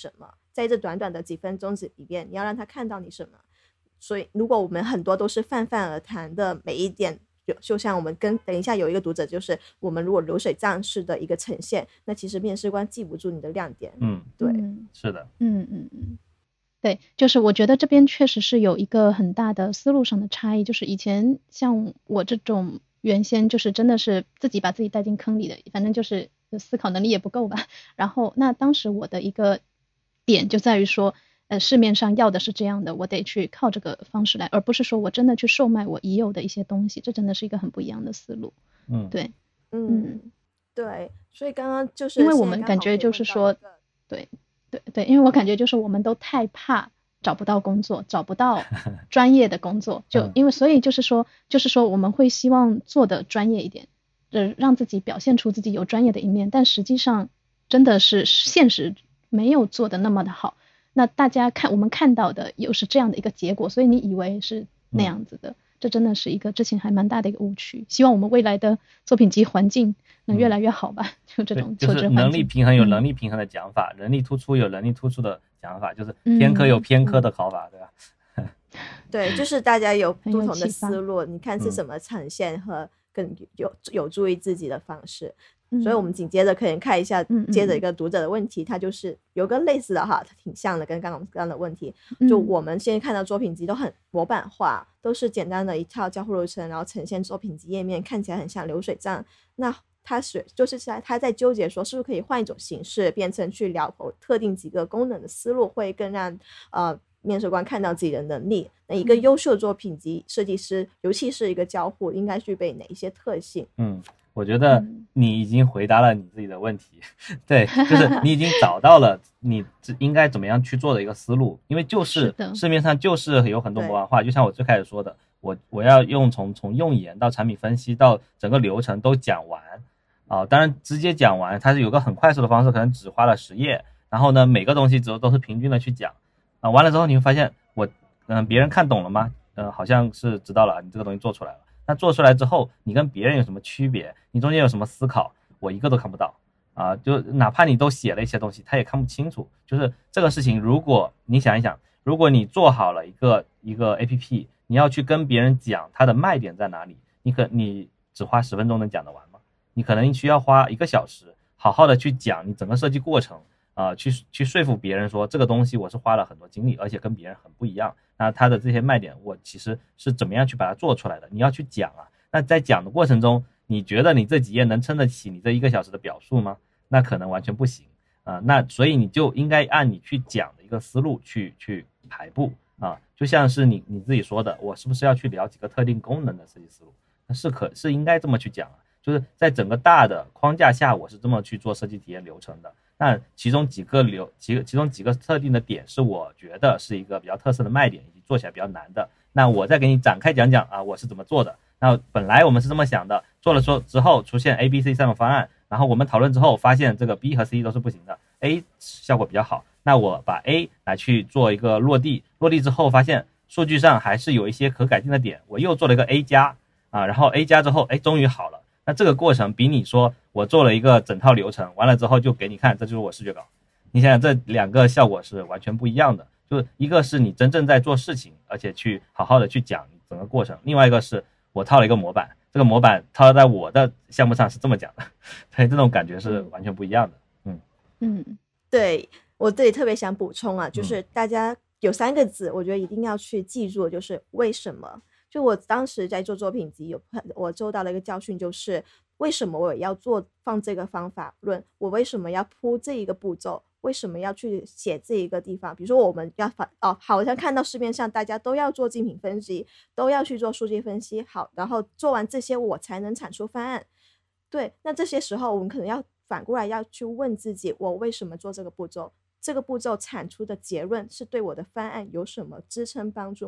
在这短短的几分钟里面，你要让他看到你什么。所以如果我们很多都是泛泛而谈的每一点，就就像我们跟等一下有一个读者，就是我们如果流水账式的一个呈现，那其实面试官记不住你的亮点。 嗯， 对， 嗯是的， 嗯嗯嗯，对，就是我觉得这边确实是有一个很大的思路上的差异，就是以前像我这种原先就是真的是自己把自己带进坑里的，反正就是思考能力也不够吧。然后那当时我的一个点就在于说，呃，市面上要的是这样的，我得去靠这个方式来，而不是说我真的去售卖我已有的一些东西，这真的是一个很不一样的思路。 嗯， 对， 嗯，对，所以刚刚就是因为我们感觉就是说，对对对，因为我感觉就是我们都太怕找不到工作，找不到专业的工作，就因为所以就是说，就是说我们会希望做的专业一点，呃，让自己表现出自己有专业的一面，但实际上真的是现实没有做的那么的好。那大家看我们看到的又是这样的一个结果，所以你以为是那样子的，嗯、这真的是一个之前还蛮大的一个误区。希望我们未来的作品集环境能越来越好吧，嗯、就这种就是能力平衡有能力平衡的讲法，嗯、人力突出有人力突出的讲法，就是偏科有偏科的考法，嗯、对吧？ 对，就是大家有不同的思路，你看是什么呈现和更有有助于自己的方式。所以我们紧接着可以看一下，接着一个读者的问题，他就是有个类似的哈，挺像的，跟刚刚刚刚的问题，就我们现在看到作品集都很模板化，都是简单的一套交互流程，然后呈现作品集页面，看起来很像流水账。那他是就是在他在纠结说，是不是可以换一种形式，变成去聊特定几个功能的思路，会更让呃面试官看到自己的能力。那一个优秀作品集设计师，尤其是一个交互，应该具备哪一些特性？ 嗯。我觉得你已经回答了你自己的问题，对，就是你已经找到了你应该怎么样去做的一个思路，因为就是市面上就是有很多模板化，就像我最开始说的，我我要用从从用眼到产品分析到整个流程都讲完啊，当然直接讲完它是有个很快速的方式，可能只花了十页，然后呢每个东西之后都是平均的去讲啊，完了之后你会发现我嗯、呃、别人看懂了吗？嗯、呃、好像是知道了，你这个东西做出来了。那做出来之后，你跟别人有什么区别？你中间有什么思考？我一个都看不到啊！就哪怕你都写了一些东西，他也看不清楚。就是这个事情，如果你想一想，如果你做好了一个一个 A P P， 你要去跟别人讲它的卖点在哪里，你可你只花十分钟能讲得完吗？你可能需要花一个小时，好好的去讲你整个设计过程啊、呃，去去说服别人说这个东西我是花了很多精力，而且跟别人很不一样。那它的这些卖点，我其实是怎么样去把它做出来的？你要去讲啊。那在讲的过程中，你觉得你这几页能撑得起你这一个小时的表述吗？那可能完全不行啊、呃。那所以你就应该按你去讲的一个思路去去排布啊。就像是你你自己说的，我是不是要去聊几个特定功能的设计思路？那是可是应该这么去讲啊。就是在整个大的框架下，我是这么去做设计体验流程的。那其中几个流其其中几个特定的点是我觉得是一个比较特色的卖点，以及做起来比较难的。那我再给你展开讲讲啊，我是怎么做的。那本来我们是这么想的，做了说之后出现 A、B、C 三种方案，然后我们讨论之后发现这个 B 和 C 都是不行的 ，A 效果比较好。那我把 A 来去做一个落地，落地之后发现数据上还是有一些可改进的点，我又做了一个 A 加啊，然后 A 加之后，哎，终于好了。那这个过程比你说我做了一个整套流程，完了之后就给你看，这就是我视觉稿。你想想这两个效果是完全不一样的，就一个是你真正在做事情，而且去好好的去讲整个过程，另外一个是我套了一个模板，这个模板套在我的项目上是这么讲的，所以这种感觉是完全不一样的。嗯嗯，对，我这里特别想补充啊，就是大家有三个字，我觉得一定要去记住，就是为什么。就我当时在做作品集，有我做到了一个教训，就是为什么我要做放这个方法论，我为什么要铺这一个步骤，为什么要去写这一个地方。比如说我们要反哦，好像看到市面上大家都要做竞品分析，都要去做数据分析，好，然后做完这些我才能产出方案。对，那这些时候我们可能要反过来要去问自己，我为什么做这个步骤，这个步骤产出的结论是对我的方案有什么支撑帮助吗？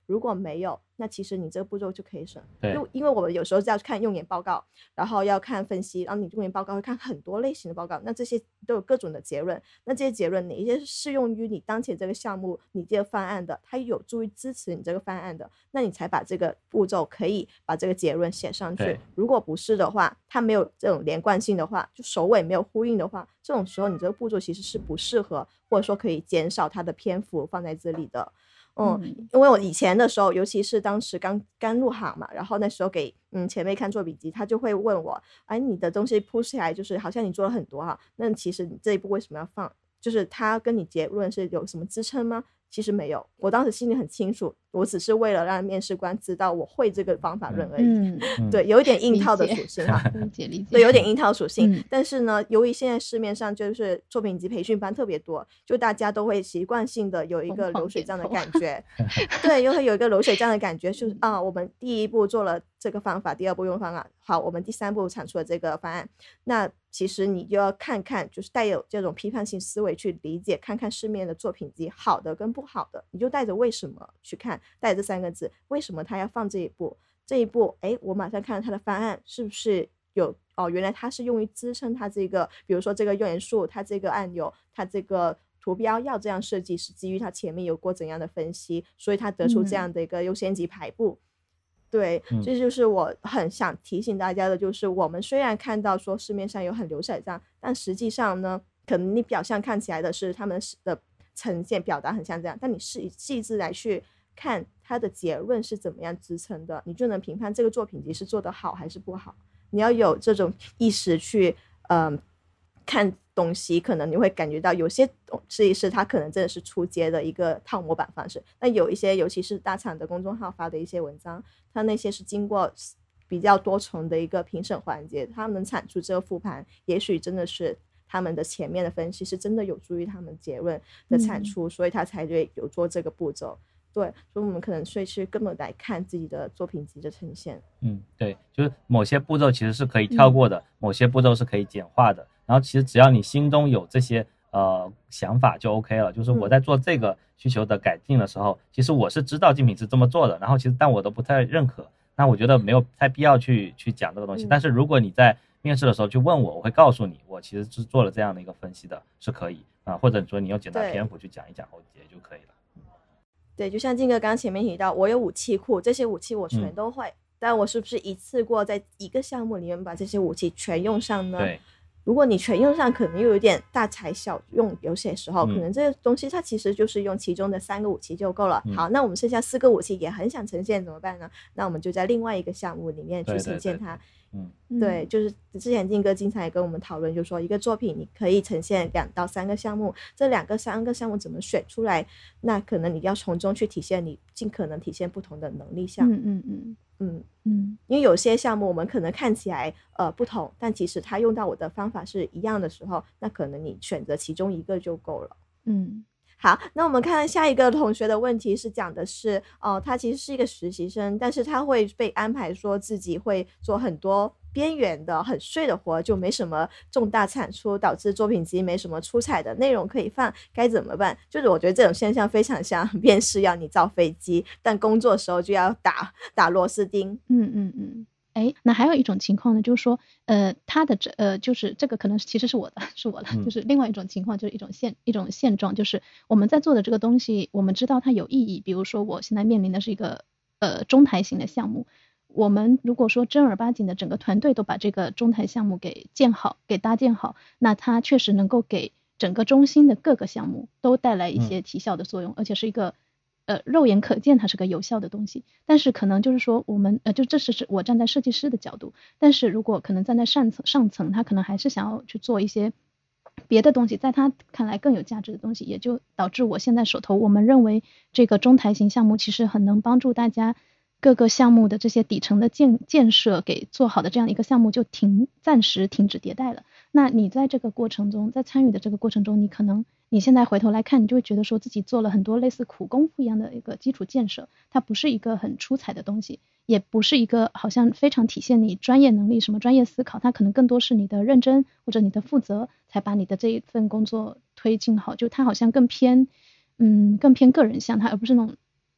如果没有，那其实你这个步骤就可以省。 对， 就因为我们有时候要看用眼报告，然后要看分析，然后你用眼报告会看很多类型的报告，那这些都有各种的结论，那这些结论哪一些是适用于你当前这个项目你这个方案的，它有助于支持你这个方案的，那你才把这个步骤可以把这个结论写上去。如果不是的话，它没有这种连贯性的话，就首尾没有呼应的话，这种时候你这个步骤其实是不适合，或者说可以减少它的篇幅放在这里的。嗯，因为我以前的时候，尤其是当时刚刚入行嘛，然后那时候给嗯前辈看做笔记，他就会问我，哎，你的东西铺起来就是好像你做了很多哈，那其实你这一步为什么要放？就是他跟你结论是有什么支撑吗？其实没有，我当时心里很清楚，我只是为了让面试官知道我会这个方法论而已。嗯、对，有一点硬套的属性哈， 理解理解， 对，有点硬套属性。 嗯、 但是呢，由于现在市面上就是作品集培训班特别多，就大家都会习惯性的有一个流水账的感觉，对，又会有一个流水账的感觉，就是啊，我们第一步做了这个方法，第二步用方法，好，我们第三步产出了这个方案，那其实你就要看看，就是带有这种批判性思维去理解，看看市面的作品集好的跟不好的，你就带着为什么去看，带着这三个字，为什么他要放这一步？这一步，哎，我马上看他的方案是不是有哦？原来他是用于支撑他这个，比如说这个用元素，他这个按钮，他这个图标要这样设计，是基于他前面有过怎样的分析，所以他得出这样的一个优先级排布。嗯对，这就是我很想提醒大家的，就是我们虽然看到说市面上有很流水账，但实际上呢，可能你表象看起来的是他们的呈现表达很像这样，但你是以细致来去看它的结论是怎么样支撑的，你就能评判这个作品集是做得好还是不好。你要有这种意识去呃看东西，可能你会感觉到有些设计师他可能真的是出街的一个套模板方式，但有一些尤其是大厂的公众号发的一些文章，他那些是经过比较多重的一个评审环节，他们产出这个复盘，也许真的是他们的前面的分析是真的有助于他们结论的产出、嗯、所以他才会有做这个步骤。对，所以我们可能所以是根本来看自己的作品集的呈现。 嗯，对，就是某些步骤其实是可以跳过的、嗯、某些步骤是可以简化的，然后其实只要你心中有这些呃想法就 OK 了。就是我在做这个需求的改进的时候、嗯、其实我是知道竞品是这么做的，然后其实但我都不太认可，那我觉得没有太必要去去讲这个东西、嗯、但是如果你在面试的时候去问我，我会告诉你我其实是做了这样的一个分析的，是可以啊，或者说你用简单篇幅去讲一讲也就可以了。 对，就像静哥刚刚前面提到，我有武器库，这些武器我全都会、嗯、但我是不是一次过在一个项目里面把这些武器全用上呢？ 对， 如果你全用上，可能又有点大材小用，有些时候、嗯、可能这个东西它其实就是用其中的三个武器就够了、嗯、好，那我们剩下四个武器也很想呈现怎么办呢？那我们就在另外一个项目里面去呈现它。对对对嗯，对，就是之前静哥经常也跟我们讨论，就是说一个作品你可以呈现两到三个项目，这两个三个项目怎么选出来，那可能你要从中去体现你尽可能体现不同的能力项。 嗯嗯嗯嗯嗯，因为有些项目我们可能看起来呃不同，但其实它用到我的方法是一样的时候，那可能你选择其中一个就够了。 嗯， 好，那我们看下一个同学的问题是讲的是哦、呃，他其实是一个实习生，但是他会被安排说自己会做很多边缘的很碎的活，就没什么重大产出，导致作品集没什么出彩的内容可以放，该怎么办？就是我觉得这种现象非常像面试要你造飞机，但工作的时候就要打打螺丝钉。 嗯嗯嗯。哎，那还有一种情况呢，就是说，呃，他的这呃，就是这个可能其实是我的，是我的， 嗯、 就是另外一种情况，就是一种现一种现状，就是我们在做的这个东西，我们知道它有意义。比如说，我现在面临的是一个呃中台型的项目，我们如果说正儿八经的整个团队都把这个中台项目给建好，给搭建好，那它确实能够给整个中心的各个项目都带来一些提效的作用，嗯、而且是一个。呃，肉眼可见它是个有效的东西，但是可能就是说我们呃，就这是我站在设计师的角度，但是如果可能站在上层上层，他可能还是想要去做一些别的东西，在他看来更有价值的东西，也就导致我现在手头我们认为这个中台型项目其实很能帮助大家各个项目的这些底层的建建设给做好的这样一个项目就停暂时停止迭代了。那你在这个过程中，在参与的这个过程中，你可能你现在回头来看，你就会觉得说自己做了很多类似苦功夫一样的一个基础建设，它不是一个很出彩的东西，也不是一个好像非常体现你专业能力什么专业思考，它可能更多是你的认真或者你的负责才把你的这一份工作推进好，就它好像更偏嗯更偏个人向，它而不是那种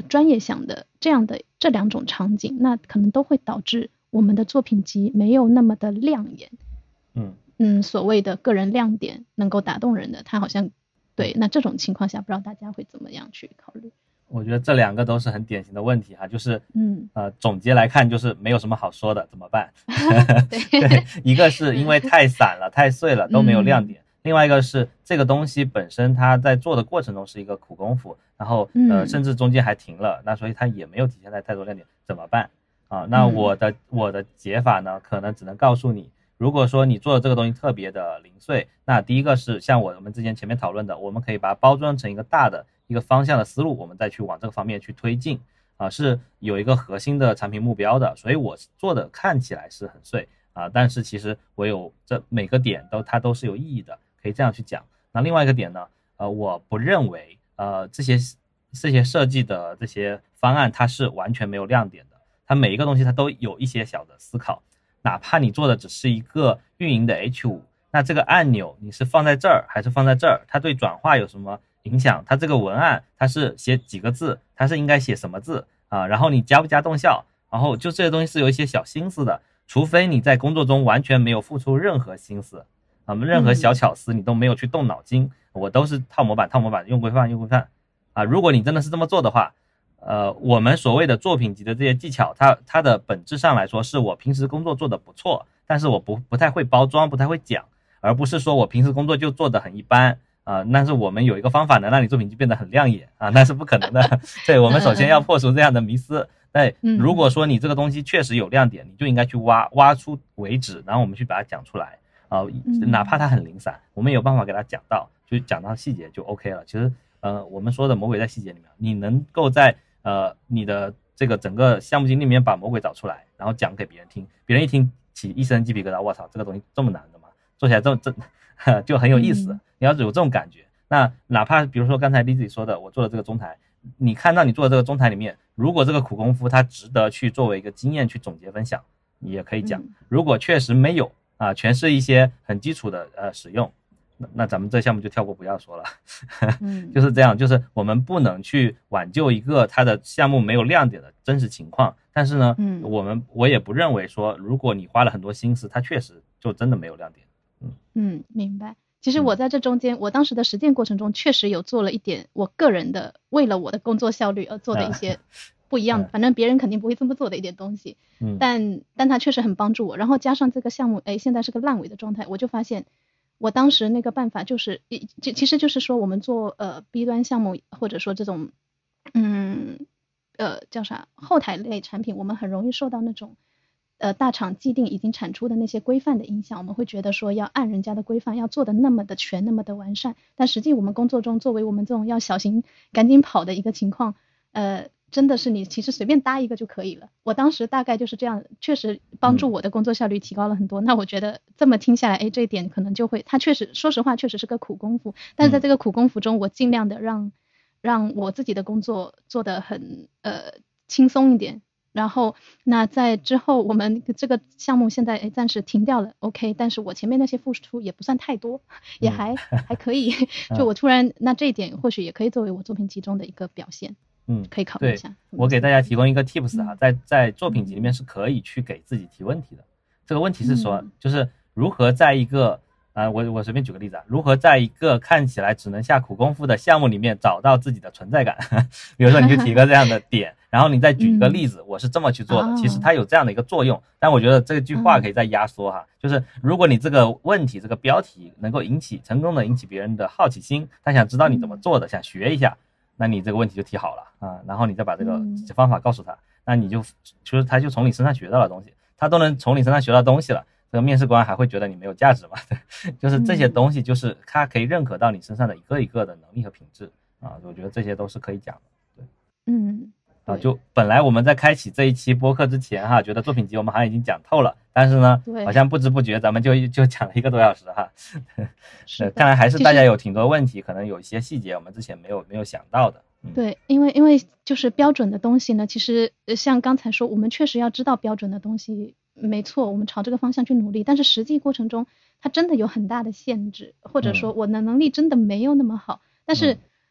专业项的这样的这两种场景，那可能都会导致我们的作品集没有那么的亮眼。 嗯嗯，所谓的个人亮点能够打动人的，它好像对。那这种情况下，不知道大家会怎么样去考虑？ 我觉得这两个都是很典型的问题哈，就是嗯呃总结来看就是没有什么好说的，怎么办？ 对对，一个是因为太散了太碎了都没有亮点，嗯、另外一个是这个东西本身它在做的过程中是一个苦功夫，然后呃甚至中间还停了，那所以它也没有体现在太多亮点，怎么办啊？那我的、嗯、我的解法呢，可能只能告诉你，如果说你做的这个东西特别的零碎，那第一个是像我们之前前面讨论的，我们可以把它包装成一个大的一个方向的思路，我们再去往这个方面去推进啊，是有一个核心的产品目标的，所以我做的看起来是很碎啊，但是其实我有这每个点都它都是有意义的，可以这样去讲。那另外一个点呢，呃，我不认为呃这些这些设计的这些方案它是完全没有亮点的，它每一个东西它都有一些小的思考，哪怕你做的只是一个运营的 H 五， 那这个按钮你是放在这儿还是放在这儿，它对转化有什么影响，它这个文案它是写几个字，它是应该写什么字啊？然后你加不加动效，然后就这些东西是有一些小心思的，除非你在工作中完全没有付出任何心思啊，任何小巧思你都没有去动脑筋、嗯、我都是套模板套模板用规范用规范啊。如果你真的是这么做的话，呃，我们所谓的作品集的这些技巧，它它的本质上来说是我平时工作做的不错，但是我不不太会包装，不太会讲，而不是说我平时工作就做的很一般啊。但是我们有一个方法能让你作品集变得很亮眼啊，那是不可能的。对，我们首先要破除这样的迷思。对，如果说你这个东西确实有亮点，你就应该去挖挖出为止，然后我们去把它讲出来啊，哪怕它很零散，我们有办法给它讲到，就讲到细节就 OK 了。其实呃，我们说的魔鬼在细节里面，你能够在呃你的这个整个项目经理里面把魔鬼找出来，然后讲给别人听，别人一听起一身鸡皮疙瘩，我操，这个东西这么难的吗？做起来这么这就很有意思、嗯、你要有这种感觉。那哪怕比如说刚才 Lizzy 说的，我做的这个中台，你看到你做的这个中台里面，如果这个苦功夫它值得去作为一个经验去总结分享，你也可以讲、嗯、如果确实没有啊，全是一些很基础的呃使用，那那咱们这项目就跳过不要说了嗯、就是这样，就是我们不能去挽救一个它的项目没有亮点的真实情况，但是呢、嗯、我们我也不认为说如果你花了很多心思它确实就真的没有亮点。嗯嗯，明白。其实我在这中间、嗯、我当时的实践过程中确实有做了一点我个人的为了我的工作效率而做的一些不一样、嗯、反正别人肯定不会这么做的一点东西、嗯、但但它确实很帮助我。然后加上这个项目哎，现在是个烂尾的状态，我就发现我当时那个办法就是其实就是说我们做呃 B 端项目或者说这种嗯呃叫啥后台类产品，我们很容易受到那种呃大厂既定已经产出的那些规范的影响，我们会觉得说要按人家的规范要做的那么的全那么的完善，但实际我们工作中作为我们这种要小心赶紧跑的一个情况，呃真的是你其实随便搭一个就可以了。我当时大概就是这样，确实帮助我的工作效率提高了很多、嗯、那我觉得这么听下来哎，这一点可能就会它确实说实话确实是个苦功夫，但是在这个苦功夫中我尽量的让让我自己的工作做得很呃轻松一点。然后那在之后我们这个项目现在哎暂时停掉了 OK， 但是我前面那些付出也不算太多，也还、嗯、还可以就我突然那这一点或许也可以作为我作品集中的一个表现。嗯，可以考虑一下。 我给大家提供一个 tips 哈、嗯，在在作品集里面是可以去给自己提问题的。这个问题是说、嗯、就是如何在一个呃我我随便举个例子啊，如何在一个看起来只能下苦功夫的项目里面找到自己的存在感比如说你就提个这样的点然后你再举一个例子、嗯、我是这么去做的、哦、其实它有这样的一个作用。但我觉得这句话可以再压缩哈、嗯、就是如果你这个问题这个标题能够引起成功的引起别人的好奇心，他想知道你怎么做的、嗯、想学一下，那你这个问题就提好了啊，然后你再把这个方法告诉他、嗯、那你就其实他就从你身上学到了东西，他都能从你身上学到东西了，这个面试官还会觉得你没有价值吗？就是这些东西就是他可以认可到你身上的一个一个的能力和品质啊，我觉得这些都是可以讲的。对， 嗯， 啊，就本来我们在开启这一期播客之前哈，觉得作品集我们好像已经讲透了，但是呢，好像不知不觉咱们就就讲了一个多小时哈。是，看来还是大家有挺多问题，可能有一些细节我们之前没有没有想到的。嗯、 对，因为因为就是标准的东西呢，其实像刚才说，我们确实要知道标准的东西，没错，我们朝这个方向去努力，但是实际过程中它真的有很大的限制，或者说我的能力真的没有那么好，但是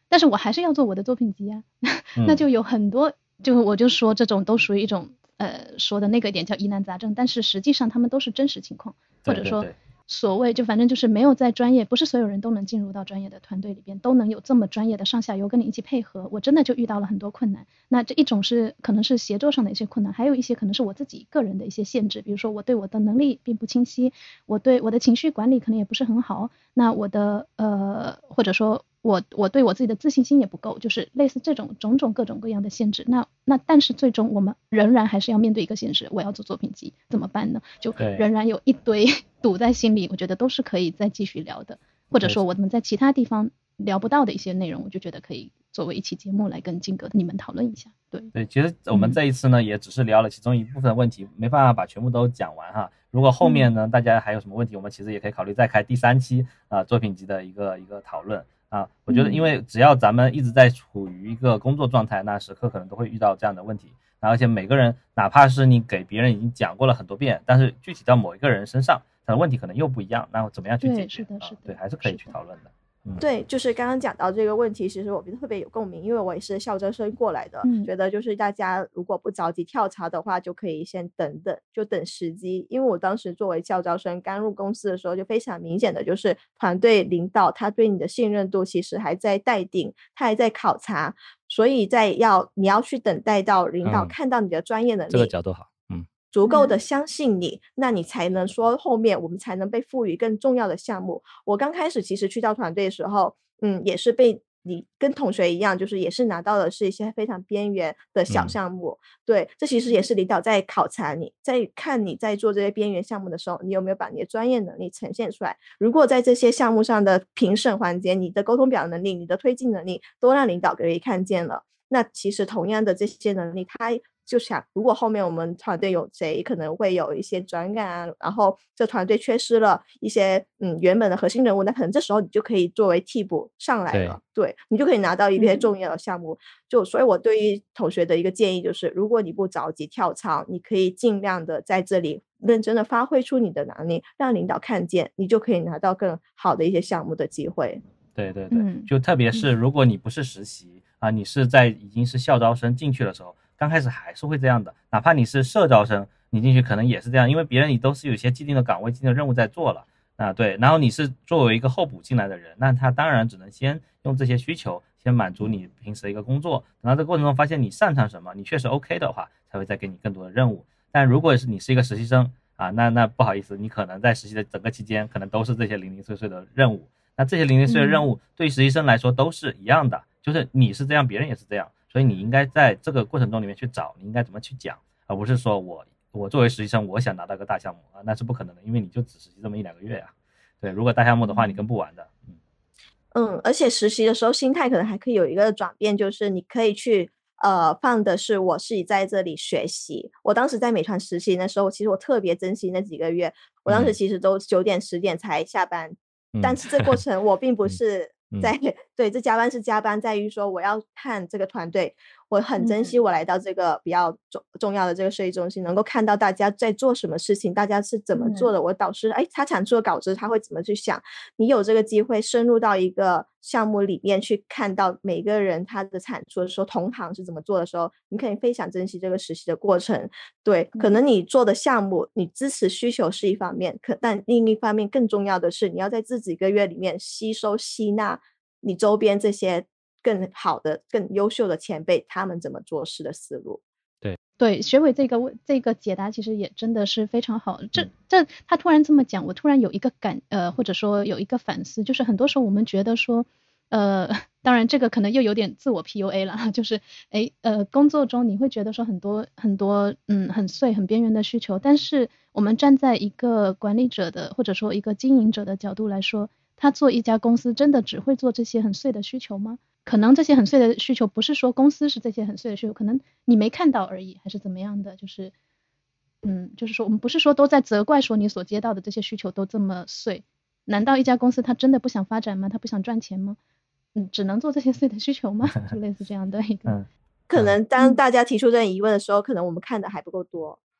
但是我还是要做我的作品集啊， 嗯、 那就有很多，就我就说这种都属于一种呃说的那个点叫疑难杂症，但是实际上他们都是真实情况，或者说。 对对对， 所谓就反正就是没有在专业，不是所有人都能进入到专业的团队里边，都能有这么专业的上下游跟你一起配合。我真的就遇到了很多困难。那这一种是可能是协作上的一些困难，还有一些可能是我自己个人的一些限制，比如说我对我的能力并不清晰，我对我的情绪管理可能也不是很好，那我的呃或者说我我对我自己的自信心也不够，就是类似这种种种各种各样的限制。那那但是最终我们仍然还是要面对一个现实，我要做作品集怎么办呢？就仍然有一堆堵在心里，我觉得都是可以再继续聊的，或者说我们在其他地方聊不到的一些内容，我就觉得可以作为一期节目来跟金格你们讨论一下。对对， 其实我们这一次呢、嗯、也只是聊了其中一部分问题，没办法把全部都讲完哈。如果后面呢、嗯、大家还有什么问题，我们其实也可以考虑再开第三期啊、呃、作品集的一个一个讨论啊。我觉得因为只要咱们一直在处于一个工作状态，那时刻可能都会遇到这样的问题，而且每个人哪怕是你给别人已经讲过了很多遍，但是具体到某一个人身上他的问题可能又不一样，那怎么样去解决？ 对，是的，是的、啊， 对，还是可以去讨论的。嗯、 对，就是刚刚讲到这个问题，其实我觉得特别有共鸣，因为我也是校招生过来的、嗯、觉得就是大家如果不着急跳槽的话，就可以先等等，就等时机。因为我当时作为校招生刚入公司的时候，就非常明显的就是团队领导他对你的信任度其实还在待定，他还在考察，所以在要你要去等待到领导看到你的专业能力、嗯、 这个角度好，嗯， 足够的相信你、嗯、那你才能说后面我们才能被赋予更重要的项目。我刚开始其实去到团队的时候嗯，也是被你跟同学一样，就是也是拿到的是一些非常边缘的小项目、嗯、对，这其实也是领导在考察你，在看你在做这些边缘项目的时候，你有没有把你的专业能力呈现出来。如果在这些项目上的评审环节，你的沟通表达能力，你的推进能力都让领导可以看见了，那其实同样的这些能力，他就想如果后面我们团队有谁可能会有一些转岗啊，然后这团队缺失了一些嗯原本的核心人物，那可能这时候你就可以作为替补上来了， 对, 对你就可以拿到一些重要的项目、嗯、就所以我对于同学的一个建议就是，如果你不着急跳槽，你可以尽量的在这里认真的发挥出你的能力，让领导看见，你就可以拿到更好的一些项目的机会。 对对对、嗯、就特别是如果你不是实习、嗯、啊，你是在已经是校招生进去的时候，刚开始还是会这样的，哪怕你是社招生，你进去可能也是这样，因为别人你都是有一些既定的岗位、既定的任务在做了啊，对，然后你是作为一个候补进来的人，那他当然只能先用这些需求先满足你平时的一个工作，等到这个过程中发现你擅长什么，你确实 OK 的话，才会再给你更多的任务。但如果是你是一个实习生啊，那那不好意思，你可能在实习的整个期间，可能都是这些零零碎碎的任务。那这些零零碎碎的任务对于实习生来说都是一样的、嗯、就是你是这样，别人也是这样，所以你应该在这个过程中里面去找你应该怎么去讲，而不是说我我作为实习生我想拿到个大项目啊，那是不可能的，因为你就只实习这么一两个月啊。对，如果大项目的话你跟不完的。嗯嗯，而且实习的时候心态可能还可以有一个转变，就是你可以去呃放的是我是在这里学习。我当时在美团实习的时候，其实我特别珍惜那几个月，我当时其实都九点十点才下班、嗯、但是这过程我并不是在、嗯、对，这加班是加班在于说我要看这个团队，我很珍惜我来到这个比较重重要的这个设计中心，能够看到大家在做什么事情，大家是怎么做的、嗯、我导师哎，他产出的稿子他会怎么去想，你有这个机会深入到一个项目里面去看到每个人他的产出的时候，同行是怎么做的时候，你可以非常珍惜这个实习的过程。对，可能你做的项目你支持需求是一方面，可但另一方面更重要的是你要在这几个月里面吸收吸纳你周边这些更好的更优秀的前辈他们怎么做事的思路。 对对，学伟这个这个解答其实也真的是非常好。这这他突然这么讲，我突然有一个感呃或者说有一个反思，就是很多时候我们觉得说呃当然这个可能又有点自我 P U A 了，就是诶呃工作中你会觉得说很多很多嗯很碎很边缘的需求，但是我们站在一个管理者的或者说一个经营者的角度来说，他做一家公司真的只会做这些很碎的需求吗？可能这些很碎的需求不是说公司是这些很碎的需求，可能你没看到而已，还是怎么样的，就是嗯，就是说我们不是说都在责怪说你所接到的这些需求都这么碎，难道一家公司他真的不想发展吗？他不想赚钱吗？嗯，只能做这些碎的需求吗？就类似这样的一个、 嗯、可能当大家提出这种疑问的时候、嗯、可能我们看的还不够多。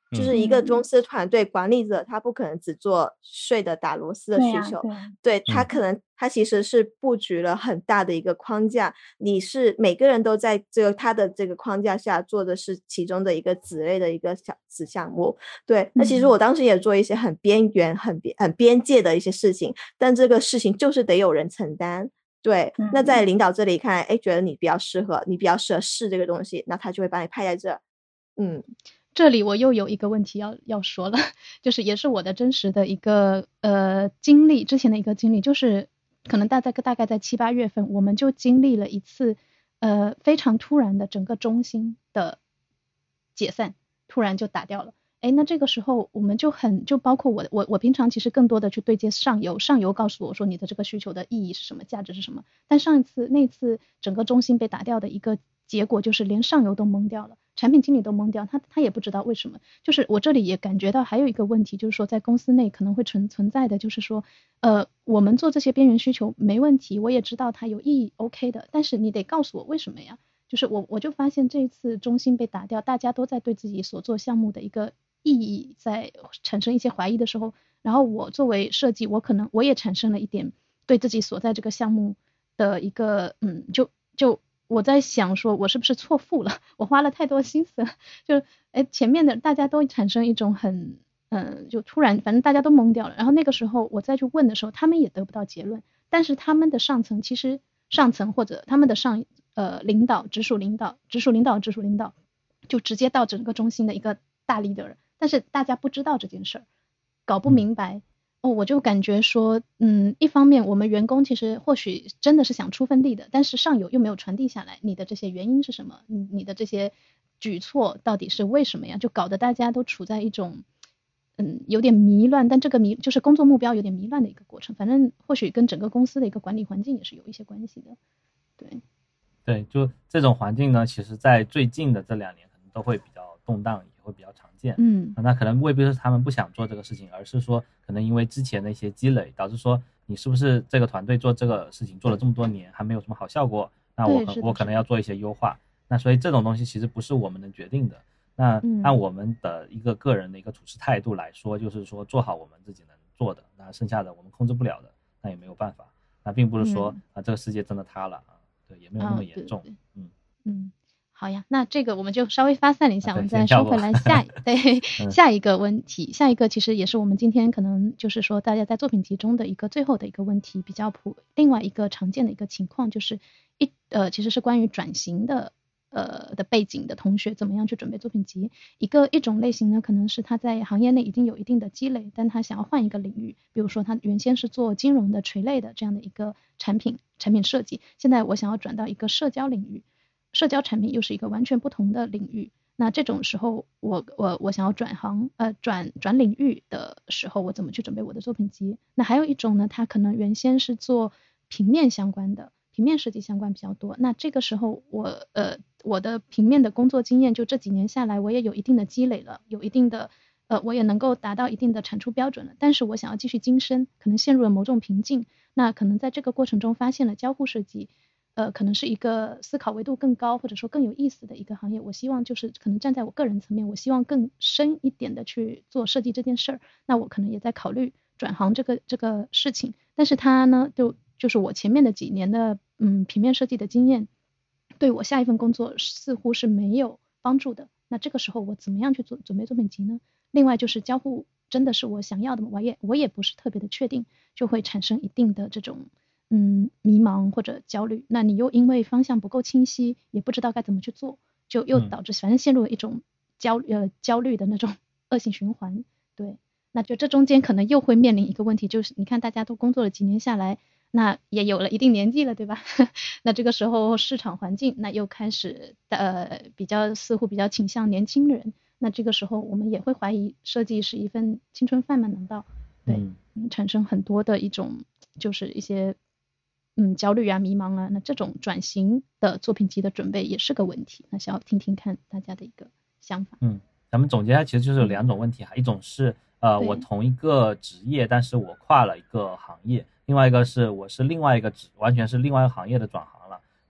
就是一个公司团队管理者，他不可能只做税的打螺丝的需求， 对啊， 对，他可能他其实是布局了很大的一个框架，你是每个人都在这个他的这个框架下做的是其中的一个子类的一个小子项目，对，那其实我当时也做一些很边缘、很很边界的一些事情，但这个事情就是得有人承担。对，那在领导这里看，哎，觉得你比较适合，你比较适合试这个东西，那他就会把你派在这。嗯， 这里我又有一个问题要要说了，就是也是我的真实的一个呃经历，之前的一个经历，就是可能大概大概在七八月份，我们就经历了一次呃非常突然的整个中心的解散，突然就打掉了。哎，那这个时候我们就很就包括我我我平常其实更多的去对接上游，上游告诉我说你的这个需求的意义是什么，价值是什么。但上一次那次整个中心被打掉的一个结果就是连上游都懵掉了，产品经理都懵掉，他他也不知道为什么。就是我这里也感觉到还有一个问题，就是说在公司内可能会存存在的，就是说呃我们做这些边缘需求没问题，我也知道它有意义 OK 的，但是你得告诉我为什么呀。就是我我就发现这一次中心被打掉，大家都在对自己所做项目的一个意义在产生一些怀疑的时候，然后我作为设计，我可能我也产生了一点对自己所在这个项目的一个嗯，就就我在想说我是不是错付了，我花了太多心思了，就哎前面的大家都产生一种很嗯，就突然反正大家都懵掉了，然后那个时候我再去问的时候，他们也得不到结论，但是他们的上层其实上层或者他们的上呃领导直属领导直属领导直属领导就直接到整个中心的一个大 leader， 但是大家不知道这件事儿，搞不明白。哦，我就感觉说，嗯，一方面我们员工其实或许真的是想出份力的，但是上游又没有传递下来，你的这些原因是什么？你你的这些举措到底是为什么呀？就搞得大家都处在一种，嗯，有点迷乱，但这个迷就是工作目标有点迷乱的一个过程。反正或许跟整个公司的一个管理环境也是有一些关系的。对， 对，就这种环境呢，其实在最近的这两年可能都会比较动荡，也会比较常见。 嗯， 那可能未必是他们不想做这个事情，而是说可能因为之前的一些积累，导致说你是不是这个团队做这个事情做了这么多年还没有什么好效果，那我可我可能要做一些优化。那所以这种东西其实不是我们能决定的。那按我们的一个个人的一个处事态度来说，就是说做好我们自己能做的，那剩下的我们控制不了的，那也没有办法。那并不是说、嗯、啊这个世界真的塌了啊，对，也没有那么严重。哦、对对对嗯嗯。好呀，那这个我们就稍微发散了一下，啊、我们再说回来下对、嗯、下一个问题，下一个其实也是我们今天可能就是说大家在作品集中的一个最后的一个问题，比较普另外一个常见的一个情况就是一呃其实是关于转型的呃的背景的同学怎么样去准备作品集。一个一种类型呢，可能是他在行业内已经有一定的积累，但他想要换一个领域，比如说他原先是做金融的垂类的这样的一个产品产品设计，现在我想要转到一个社交领域。社交产品又是一个完全不同的领域，那这种时候我我我想要转行呃转转领域的时候，我怎么去准备我的作品集？那还有一种呢，他可能原先是做平面相关的，平面设计相关比较多，那这个时候我呃我的平面的工作经验就这几年下来，我也有一定的积累了，有一定的呃我也能够达到一定的产出标准了，但是我想要继续晋升，可能陷入了某种瓶颈，那可能在这个过程中发现了交互设计。呃，可能是一个思考维度更高，或者说更有意思的一个行业。我希望就是可能站在我个人层面，我希望更深一点的去做设计这件事儿。那我可能也在考虑转行这个这个事情。但是它呢，就就是我前面的几年的嗯平面设计的经验，对我下一份工作似乎是没有帮助的。那这个时候我怎么样去做准备作品集呢？另外就是交互真的是我想要的吗？我也我也不是特别的确定，就会产生一定的这种。嗯，迷茫或者焦虑，那你又因为方向不够清晰，也不知道该怎么去做，就又导致反正陷入了一种焦呃焦虑的那种恶性循环。对，那就这中间可能又会面临一个问题，就是你看大家都工作了几年下来，那也有了一定年纪了，对吧？那这个时候市场环境那又开始呃比较似乎比较倾向年轻人，那这个时候我们也会怀疑设计是一份青春饭吗？难道对、嗯、产生很多的一种就是一些。嗯，焦虑啊，迷茫啊，那这种转型的作品集的准备也是个问题。那想要听听看大家的一个想法。 嗯，咱们总结一下，其实就是有两种问题哈，一种是呃我同一个职业，但是我跨了一个行业；另外一个是我是另外一个职，完全是另外一个行业的转行了。我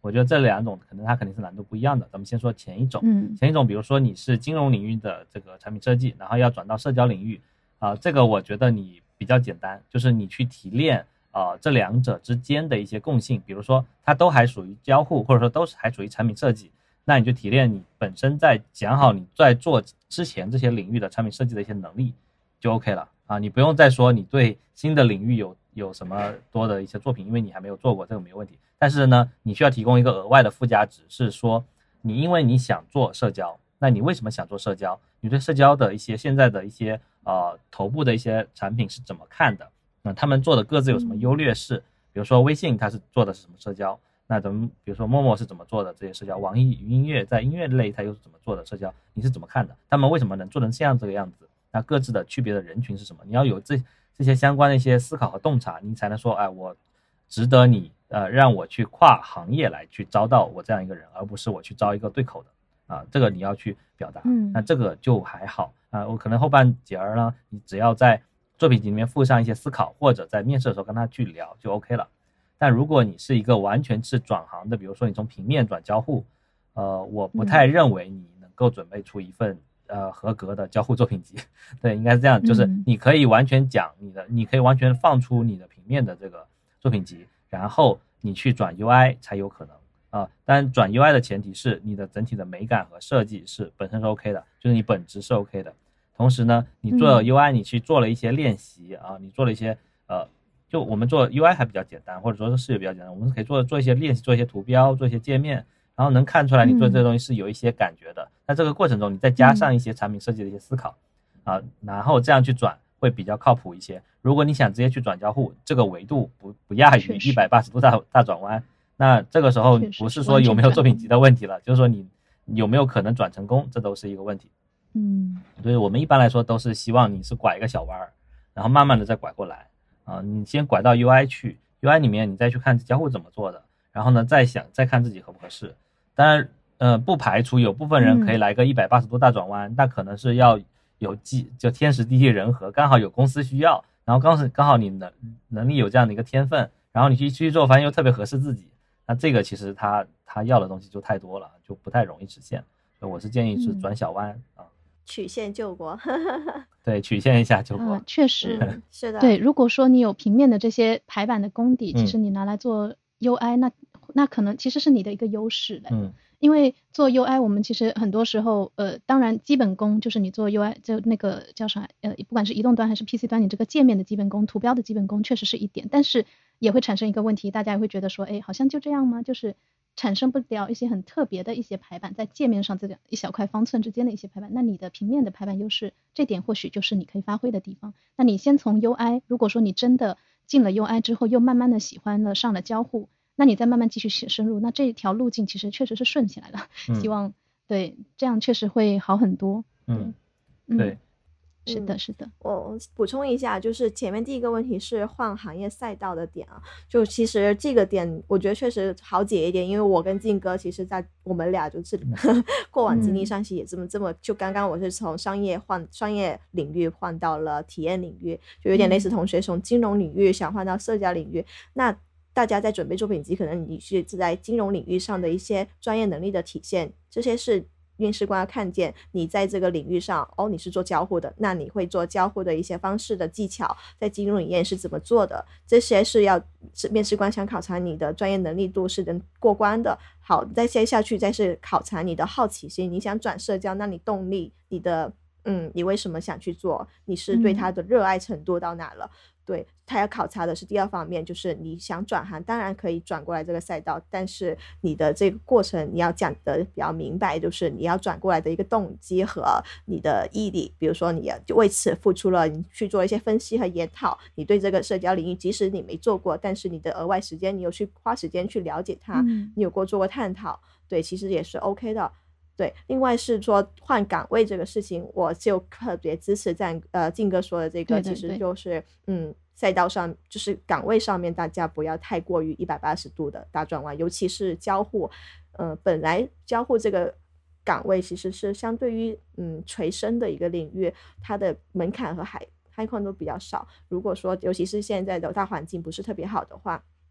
我觉得这两种可能它肯定是难度不一样的。咱们先说前一种， 嗯， 前一种比如说你是金融领域的这个产品设计，然后要转到社交领域啊、呃，这个我觉得你比较简单，就是你去提炼啊、呃、这两者之间的一些共性，比如说它都还属于交互，或者说都是还属于产品设计，那你就提炼你本身在讲好你在做之前这些领域的产品设计的一些能力就 OK 了啊，你不用再说你对新的领域有有什么多的一些作品，因为你还没有做过，这个没有问题。但是呢，你需要提供一个额外的附加值，是说你因为你想做社交，那你为什么想做社交？你对社交的一些现在的一些呃头部的一些产品是怎么看的？那、嗯、他们做的各自有什么优劣势？比如说微信它是做的是什么社交？那咱们比如说陌陌是怎么做的这些社交？网易云音乐在音乐类它又是怎么做的社交？你是怎么看的？他们为什么能做成这样这个样子？那各自的区别的人群是什么？你要有这这些相关的一些思考和洞察，你才能说，哎，我值得你呃让我去跨行业来去招到我这样一个人，而不是我去招一个对口的啊，这个你要去表达。 嗯， 那这个就还好啊，我可能后半截儿呢，你只要在作品集里面附上一些思考，或者在面试的时候跟他去聊就 OK 了。但如果你是一个完全是转行的，比如说你从平面转交互，呃，我不太认为你能够准备出一份、嗯、呃合格的交互作品集。对，应该是这样，就是你可以完全讲你的，你可以完全放出你的平面的这个作品集，然后你去转 U I 才有可能啊、呃。但转 U I 的前提是你的整体的美感和设计是本身是 OK 的，就是你本质是 OK 的。同时呢，你做 U I 你去做了一些练习啊，你做了一些呃。就我们做 U I 还比较简单，或者说是视觉比较简单，我们可以做做一些练习，做一些图标，做一些界面，然后能看出来你做这个东西是有一些感觉的。嗯、那这个过程中，你再加上一些产品设计的一些思考、嗯、啊，然后这样去转会比较靠谱一些。如果你想直接去转交互，这个维度不不亚于一百八十度大大转弯，那这个时候不是说有没有作品集的问题了，就是说你有没有可能转成功，这都是一个问题。 嗯， 所以我们一般来说都是希望你是拐一个小弯，然后慢慢的再拐过来。啊，你先拐到 U I 去 ，U I 里面你再去看交互怎么做的，然后呢再想再看自己合不合适。当然，呃，不排除有部分人可以来个一百八十度大转弯，那、嗯、可能是要有机就天时地利人和，刚好有公司需要，然后刚是刚好你能能力有这样的一个天分，然后你去去做，发现又特别合适自己，那这个其实他他要的东西就太多了，就不太容易实现。所以我是建议是转小弯、嗯、啊。 曲线救国。 对，曲线一下救国、 呃、确实、 嗯、是的。 对，如果说你有平面的这些排版的功底、 嗯、 其实你拿来做 U I、嗯、那那可能其实是你的一个优势的。 嗯， 因为做 U I 我们其实很多时候呃当然基本功就是你做 U I 就那个叫啥呃不管是移动端还是 P C 端，你这个界面的基本功、图标的基本功确实是一点，但是也会产生一个问题，大家也会觉得说，哎，好像就这样吗？就是产生不了一些很特别的一些排版，在界面上这个一小块方寸之间的一些排版，那你的平面的排版优势，这点或许就是你可以发挥的地方。那你先从 U I， 如果说你真的进了 U I 之后，又慢慢的喜欢了上了交互，那你再慢慢继续写深入，那这条路径其实确实是顺起来了。嗯、希望对这样确实会好很多。 嗯，对。 嗯是的，是的。 我补充一下，就是前面第一个问题是换行业赛道的点啊，就其实这个点我觉得确实好解一点，因为我跟靖哥其实在我们俩就是过往经历上是也这么这么，就刚刚我是从商业换商业领域换到了体验领域，就有点类似同学从金融领域想换到社交领域，那大家在准备作品集，可能你是在金融领域上的一些专业能力的体现，这些是面试官要看见你在这个领域上，哦，你是做交互的，那你会做交互的一些方式的技巧，在金融里面是怎么做的，这些是要是面试官想考察你的专业能力度是能过关的。好，再接下去再是考察你的好奇心，你想转社交，那你动力，你的嗯，你为什么想去做，你是对它的热爱程度到哪了、嗯、对，他要考察的是第二方面，就是你想转行当然可以转过来这个赛道，但是你的这个过程你要讲得比较明白，就是你要转过来的一个动机和你的毅力，比如说你就为此付出了，你去做一些分析和研讨，你对这个社交领域即使你没做过，但是你的额外时间你有去花时间去了解它、嗯、你有过做过探讨，对，其实也是 OK 的。对，另外是说换岗位这个事情，我就特别支持在呃靖哥说的这个， 对对对， 其实就是嗯赛道上就是岗位上面大家不要太过于一百八十度的大转弯，尤其是交互，呃本来交互这个岗位其实是相对于嗯垂身的一个领域，它的门槛和海海况都比较少，如果说尤其是现在的大环境不是特别好的话，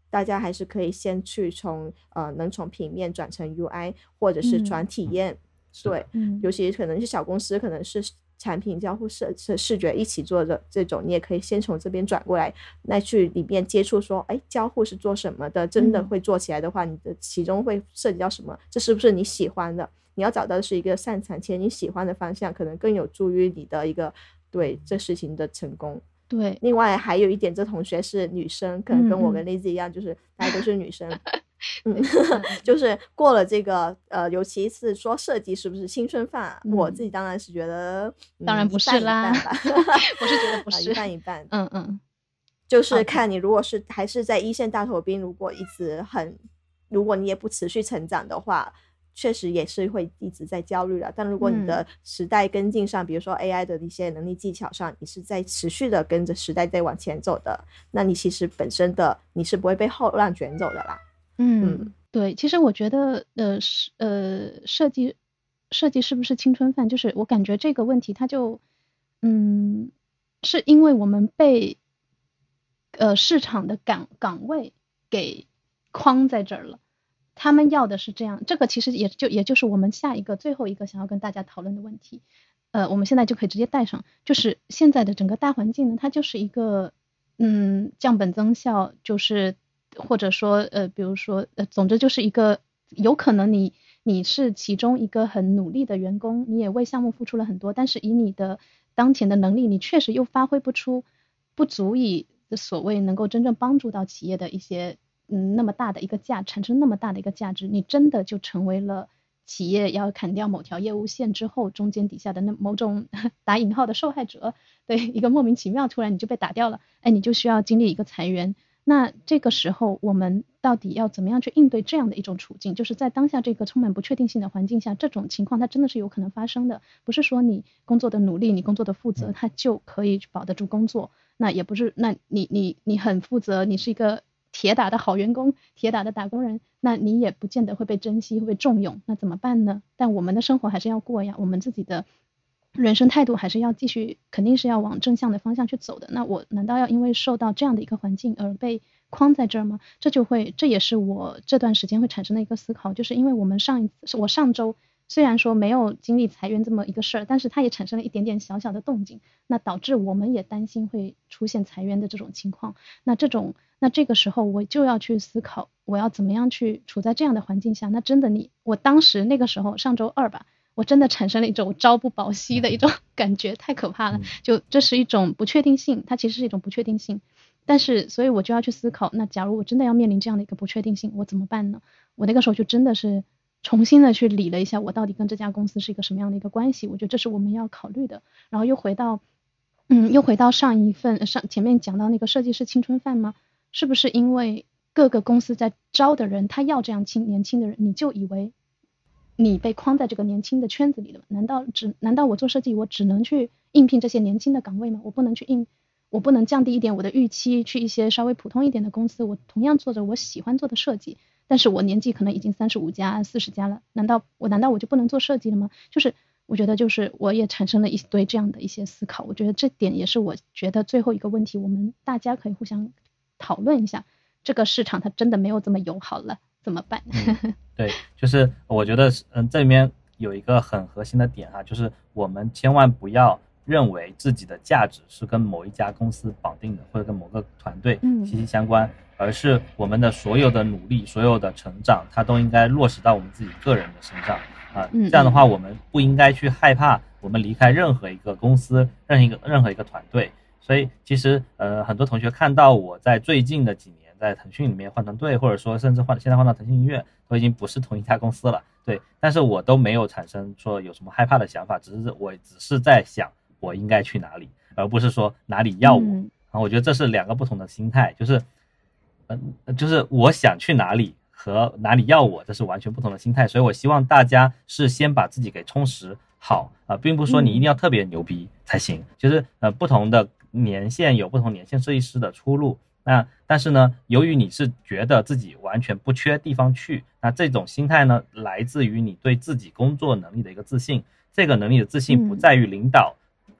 大家还是可以先去从呃能从平面转成 U I 或者是转体验、嗯、对、嗯、尤其可能是小公司可能是产品交互视视觉一起做的这种，你也可以先从这边转过来，那去里面接触说哎，交互是做什么的，真的会做起来的话、嗯、你的其中会涉及到什么，这是不是你喜欢的，你要找到的是一个擅长且你喜欢的方向，可能更有助于你的一个对这事情的成功。 对， 另外还有一点，这同学是女生，可能跟我跟 Lizzy 一样、嗯、就是大家都是女生嗯，就是过了这个呃，尤其是说设计是不是青春饭、嗯、我自己当然是觉得、嗯、 当然不是啦， 一半一半吧我是觉得不是、 一半一半嗯嗯， 就是看你如果是还是在一线大头兵，如果一直很如果你也不持续成长的话，确实也是会一直在焦虑了，但如果你的时代跟进上、嗯、比如说 A I 的一些能力技巧上，你是在持续的跟着时代在往前走的，那你其实本身的你是不会被后浪卷走的啦。 嗯, 嗯对，其实我觉得呃呃设计设计是不是青春饭，就是我感觉这个问题它就嗯是因为我们被呃市场的岗岗位给框在这儿了，他们要的是这样，这个其实也就也就是我们下一个最后一个想要跟大家讨论的问题，呃，我们现在就可以直接带上，就是现在的整个大环境呢，它就是一个嗯降本增效，就是或者说呃比如说呃总之就是一个有可能你你是其中一个很努力的员工，你也为项目付出了很多，但是以你的当前的能力，你确实又发挥不出，不足以所谓能够真正帮助到企业的一些嗯，那么大的一个价，产生那么大的一个价值，你真的就成为了企业要砍掉某条业务线之后中间底下的那某种打引号的受害者，对，一个莫名其妙突然你就被打掉了，哎，你就需要经历一个裁员。那这个时候我们到底要怎么样去应对这样的一种处境，就是在当下这个充满不确定性的环境下，这种情况它真的是有可能发生的，不是说你工作的努力，你工作的负责，它就可以保得住工作，那也不是，那你你你很负责，你是一个铁打的好员工，铁打的打工人，那你也不见得会被珍惜，会被重用，那怎么办呢？但我们的生活还是要过呀，我们自己的人生态度还是要继续，肯定是要往正向的方向去走的。那我难道要因为受到这样的一个环境而被框在这儿吗？这就会，这也是我这段时间会产生的一个思考，就是因为我们上一次，我上周虽然说没有经历裁员这么一个事儿，但是它也产生了一点点小小的动静，那导致我们也担心会出现裁员的这种情况。那这种，那这个时候我就要去思考，我要怎么样去处在这样的环境下。那真的你，我当时那个时候上周二吧，我真的产生了一种朝不保夕的一种感觉，太可怕了。就这是一种不确定性，它其实是一种不确定性。但是所以我就要去思考，那假如我真的要面临这样的一个不确定性，我怎么办呢？我那个时候就真的是重新的去理了一下，我到底跟这家公司是一个什么样的一个关系，我觉得这是我们要考虑的。然后又回到嗯，又回到上一份上前面讲到那个设计师青春饭吗？是不是因为各个公司在招的人他要这样轻年轻的人，你就以为你被框在这个年轻的圈子里了吗？难道只难道我做设计我只能去应聘这些年轻的岗位吗？我不能去应我不能降低一点我的预期，去一些稍微普通一点的公司，我同样做着我喜欢做的设计，但是我年纪可能已经三十五加四十加了，难道我难道我就不能做设计了吗？就是我觉得就是我也产生了一堆这样的一些思考，我觉得这点也是我觉得最后一个问题，我们大家可以互相讨论一下，这个市场它真的没有这么友好了，怎么办？ 嗯、对，就是我觉得嗯这里面有一个很核心的点啊，就是我们千万不要认为自己的价值是跟某一家公司绑定的，或者跟某个团队息息相关、嗯、而是我们的所有的努力，所有的成长它都应该落实到我们自己个人的身上啊、呃，这样的话我们不应该去害怕我们离开任何一个公司，任何一个任何一个团队。所以其实呃很多同学看到我在最近的几年在腾讯里面换团队，或者说甚至换现在换到腾讯音乐，都已经不是同一家公司了，对，但是我都没有产生说有什么害怕的想法，只是我只是在想我应该去哪里，而不是说哪里要我、嗯、啊，我觉得这是两个不同的心态，就是嗯、呃，就是我想去哪里和哪里要我，这是完全不同的心态。所以我希望大家是先把自己给充实好啊、呃，并不是说你一定要特别牛逼才行、嗯、就是呃不同的年限有不同年限设计师的出路，那但是呢由于你是觉得自己完全不缺地方去，那这种心态呢来自于你对自己工作能力的一个自信，这个能力的自信不在于领导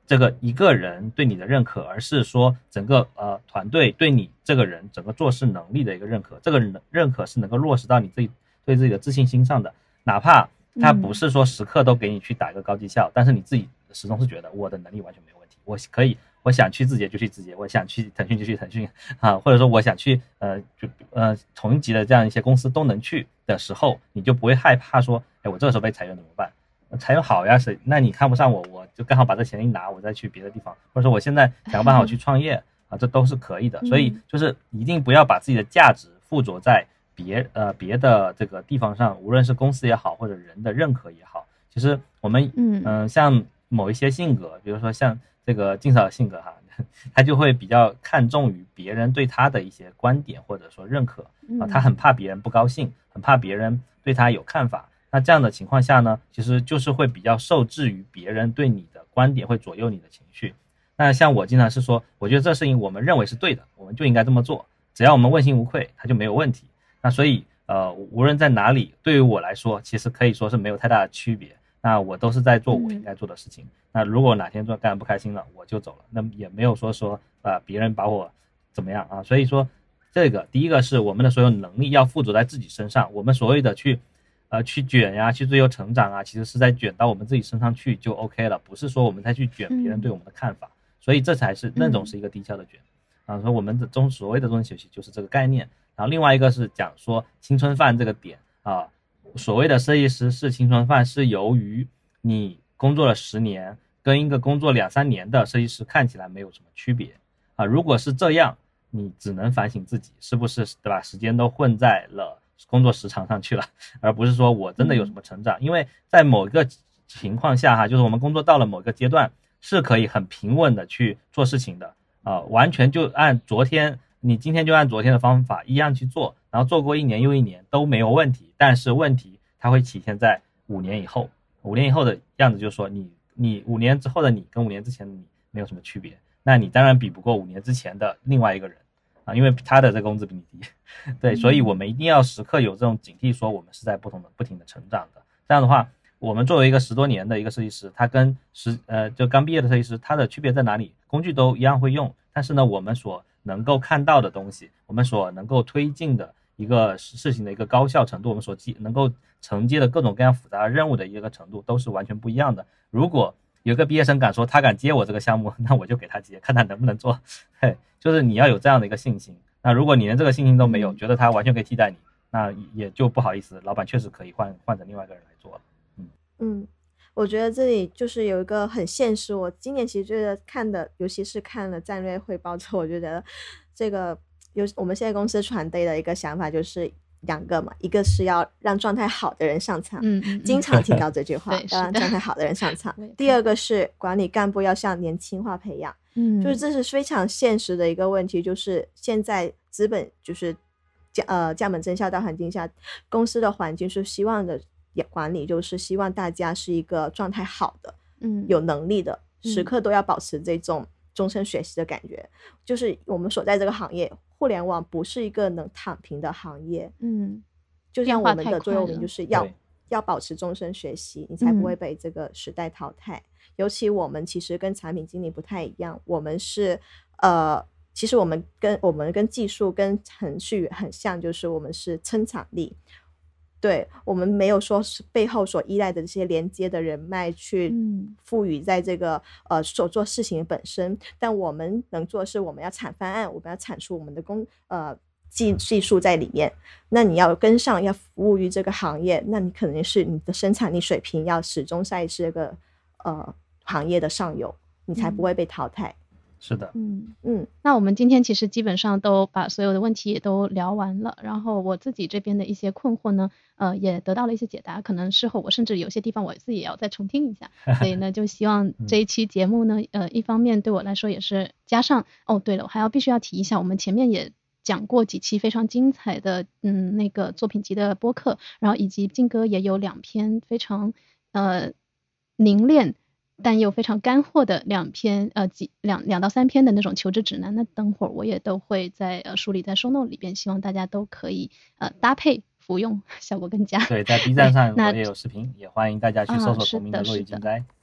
这个一个人对你的认可，而是说整个呃团队对你这个人整个做事能力的一个认可。这个认可是能够落实到你自己对自己的自信心上的，哪怕他不是说时刻都给你去打一个高绩效，嗯、但是你自己始终是觉得我的能力完全没有问题，我可以，我想去字节就去字节，我想去腾讯就去腾讯啊，或者说我想去呃就呃同一级的这样一些公司都能去的时候，你就不会害怕说，哎，我这个时候被裁员怎么办？裁员好呀，谁？那你看不上我，我就刚好把这钱一拿，我再去别的地方，或者说我现在想办法去创业啊，这都是可以的。所以就是一定不要把自己的价值附着在别呃别的这个地方上，无论是公司也好，或者人的认可也好。其实我们嗯、呃、像某一些性格，比如说像这个静嫂的性格哈，他就会比较看重于别人对他的一些观点或者说认可啊，他很怕别人不高兴，很怕别人对他有看法。那这样的情况下呢，其实就是会比较受制于别人对你的观点，会左右你的情绪。那像我经常是说，我觉得这事情我们认为是对的，我们就应该这么做，只要我们问心无愧，它就没有问题。那所以呃，无论在哪里，对于我来说，其实可以说是没有太大的区别。那我都是在做我应该做的事情。嗯、那如果哪天做干不开心了，我就走了，那也没有说说呃别人把我怎么样啊。所以说，这个第一个是我们的所有能力要附着在自己身上，我们所谓的去。呃，去卷呀，去追求成长啊，其实是在卷到我们自己身上去就 OK 了，不是说我们再去卷别人对我们的看法，嗯、所以这才是那种是一个低效的卷、嗯、啊。所以我们的中所谓的终身学习就是这个概念。然后另外一个是讲说青春饭这个点啊，所谓的设计师是青春饭，是由于你工作了十年，跟一个工作两三年的设计师看起来没有什么区别啊。如果是这样，你只能反省自己是不是对吧？时间都混在了工作时长上去了，而不是说我真的有什么成长。因为在某一个情况下哈，就是我们工作到了某个阶段，是可以很平稳的去做事情的啊、呃，完全就按昨天，你今天就按昨天的方法一样去做，然后做过一年又一年都没有问题。但是问题它会体现在五年以后，五年以后的样子就是说你你五年之后的你跟五年之前的你没有什么区别，那你当然比不过五年之前的另外一个人。啊，因为他的这个工资比你低，对，所以我们一定要时刻有这种警惕，说我们是在不同的不停的成长的。这样的话，我们作为一个十多年的一个设计师，他跟十呃就刚毕业的设计师，他的区别在哪里？工具都一样会用，但是呢，我们所能够看到的东西，我们所能够推进的一个事情的一个高效程度，我们所能够承接的各种各样复杂任务的一个程度，都是完全不一样的。如果有个毕业生敢说他敢接我这个项目，那我就给他接，看他能不能做。嘿，就是你要有这样的一个信心。那如果你连这个信心都没有，觉得他完全可以替代你，那也就不好意思，老板确实可以换换成另外一个人来做了。嗯嗯，我觉得这里就是有一个很现实，我今年其实觉得看的，尤其是看了战略汇报之后，我就觉得这个有我们现在公司团队的一个想法就是两个嘛，一个是要让状态好的人上场， 嗯嗯嗯经常听到这句话， 对要让状态好的人上场。第二个是管理干部要向年轻化培养，嗯，就是这是非常现实的一个问题，就是现在资本就是呃降本增效大环境下，公司的环境是希望的管理就是希望大家是一个状态好的，嗯，有能力的，时刻都要保持这种终身学习的感觉。嗯、就是我们所在这个行业，互联网不是一个能躺平的行业，嗯，就像我们的座右铭就是要要保持终身学习，你才不会被这个时代淘汰。嗯、尤其我们其实跟产品经理不太一样，我们是呃，其实我们跟我们跟技术跟程序很像，就是我们是撑场力。对，我们没有说是背后所依赖的这些连接的人脉去赋予在这个、嗯、呃所做事情本身，但我们能做的是我们要产方案，我们要产出我们的工呃技技术在里面。那你要跟上，要服务于这个行业，那你可能是你的生产力水平要始终在这个呃行业的上游，你才不会被淘汰。嗯是的， 嗯嗯，那我们今天其实基本上都把所有的问题也都聊完了，然后我自己这边的一些困惑呢，呃，也得到了一些解答，可能事后我甚至有些地方我自己也要再重听一下，所以呢，就希望这一期节目呢，呃，一方面对我来说也是加上，哦，对了，我还要必须要提一下，我们前面也讲过几期非常精彩的，嗯，那个作品集的播客，然后以及靖哥也有两篇非常呃凝练。但又非常干货的两篇呃几两两到三篇的那种求职指南，那等会儿我也都会在呃梳理在 show note 里边，希望大家都可以呃搭配服用，效果更佳。 对，在 B 站上我也有视频，也欢迎大家去搜索同名的落羽金斋。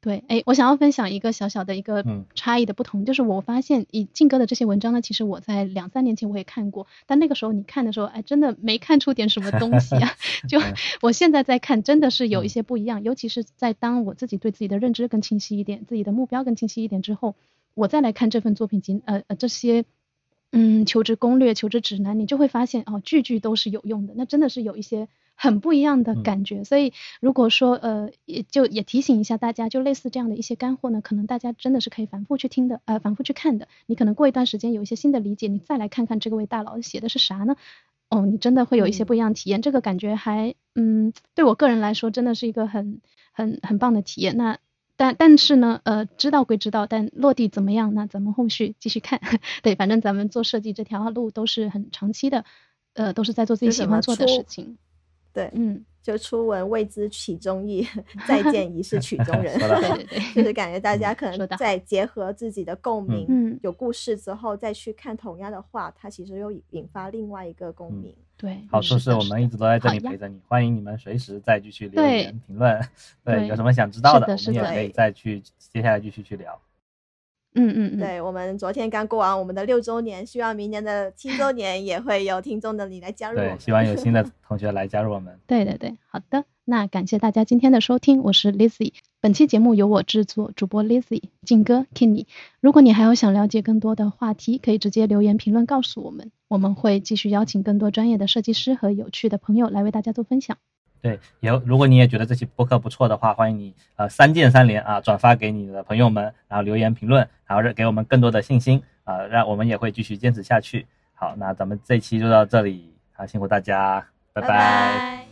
对，哎，我想要分享一个小小的一个差异的不同，嗯、就是我发现以靖哥的这些文章呢，其实我在两三年前我也看过，但那个时候你看的时候，哎，真的没看出点什么东西啊。就我现在在看，真的是有一些不一样，嗯、尤其是在当我自己对自己的认知更清晰一点，自己的目标更清晰一点之后，我再来看这份作品集，呃呃这些。嗯，求职攻略、求职指南，你就会发现哦，句句都是有用的，那真的是有一些很不一样的感觉。嗯、所以如果说呃，也就也提醒一下大家，就类似这样的一些干货呢，可能大家真的是可以反复去听的，呃，反复去看的。你可能过一段时间有一些新的理解，你再来看看这个位大佬写的是啥呢？哦，你真的会有一些不一样的体验。嗯、这个感觉还嗯，对我个人来说真的是一个很很很棒的体验。那。但但是呢，呃，知道归知道，但落地怎么样？那咱们后续继续看。对，反正咱们做设计这条路都是很长期的，呃，都是在做自己喜欢做的事情。 对，嗯，就初闻未知曲中意，再见已是曲中人。 对对对， 就是感觉大家可能在结合自己的共鸣， 嗯、 有故事之后再去看同样的话，它其实又引发另外一个共鸣。嗯对， 好处是我们一直都在这里陪着你，欢迎你们随时再继续留言评论。对，对有什么想知道的， 的我们也可以再去接下来继续去聊。 嗯嗯嗯， 对，我们昨天刚过完我们的六周年，希望明年的七周年也会有听众的你来加入我们。 对，希望有新的同学来加入我们。 对对对，好的，那感谢大家今天的收听，我是 Lizzy。本期节目由我制作，主播 Lizzy， 靖哥 Kenny。如果你还有想了解更多的话题，可以直接留言评论告诉我们，我们会继续邀请更多专业的设计师和有趣的朋友来为大家做分享。 对，也如果你也觉得这期播客不错的话，欢迎你呃三键三连啊，转发给你的朋友们，然后留言评论，然后给我们更多的信心啊、呃，让我们也会继续坚持下去。好，那咱们这期就到这里，好，辛苦大家，拜拜。 拜拜。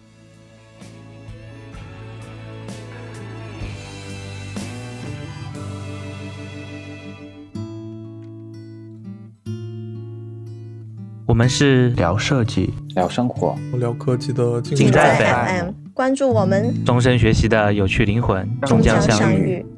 我们是聊设计、 聊生活、 聊科技的尽在 F M， 关注我们， 终身学习的有趣灵魂， 终将相遇。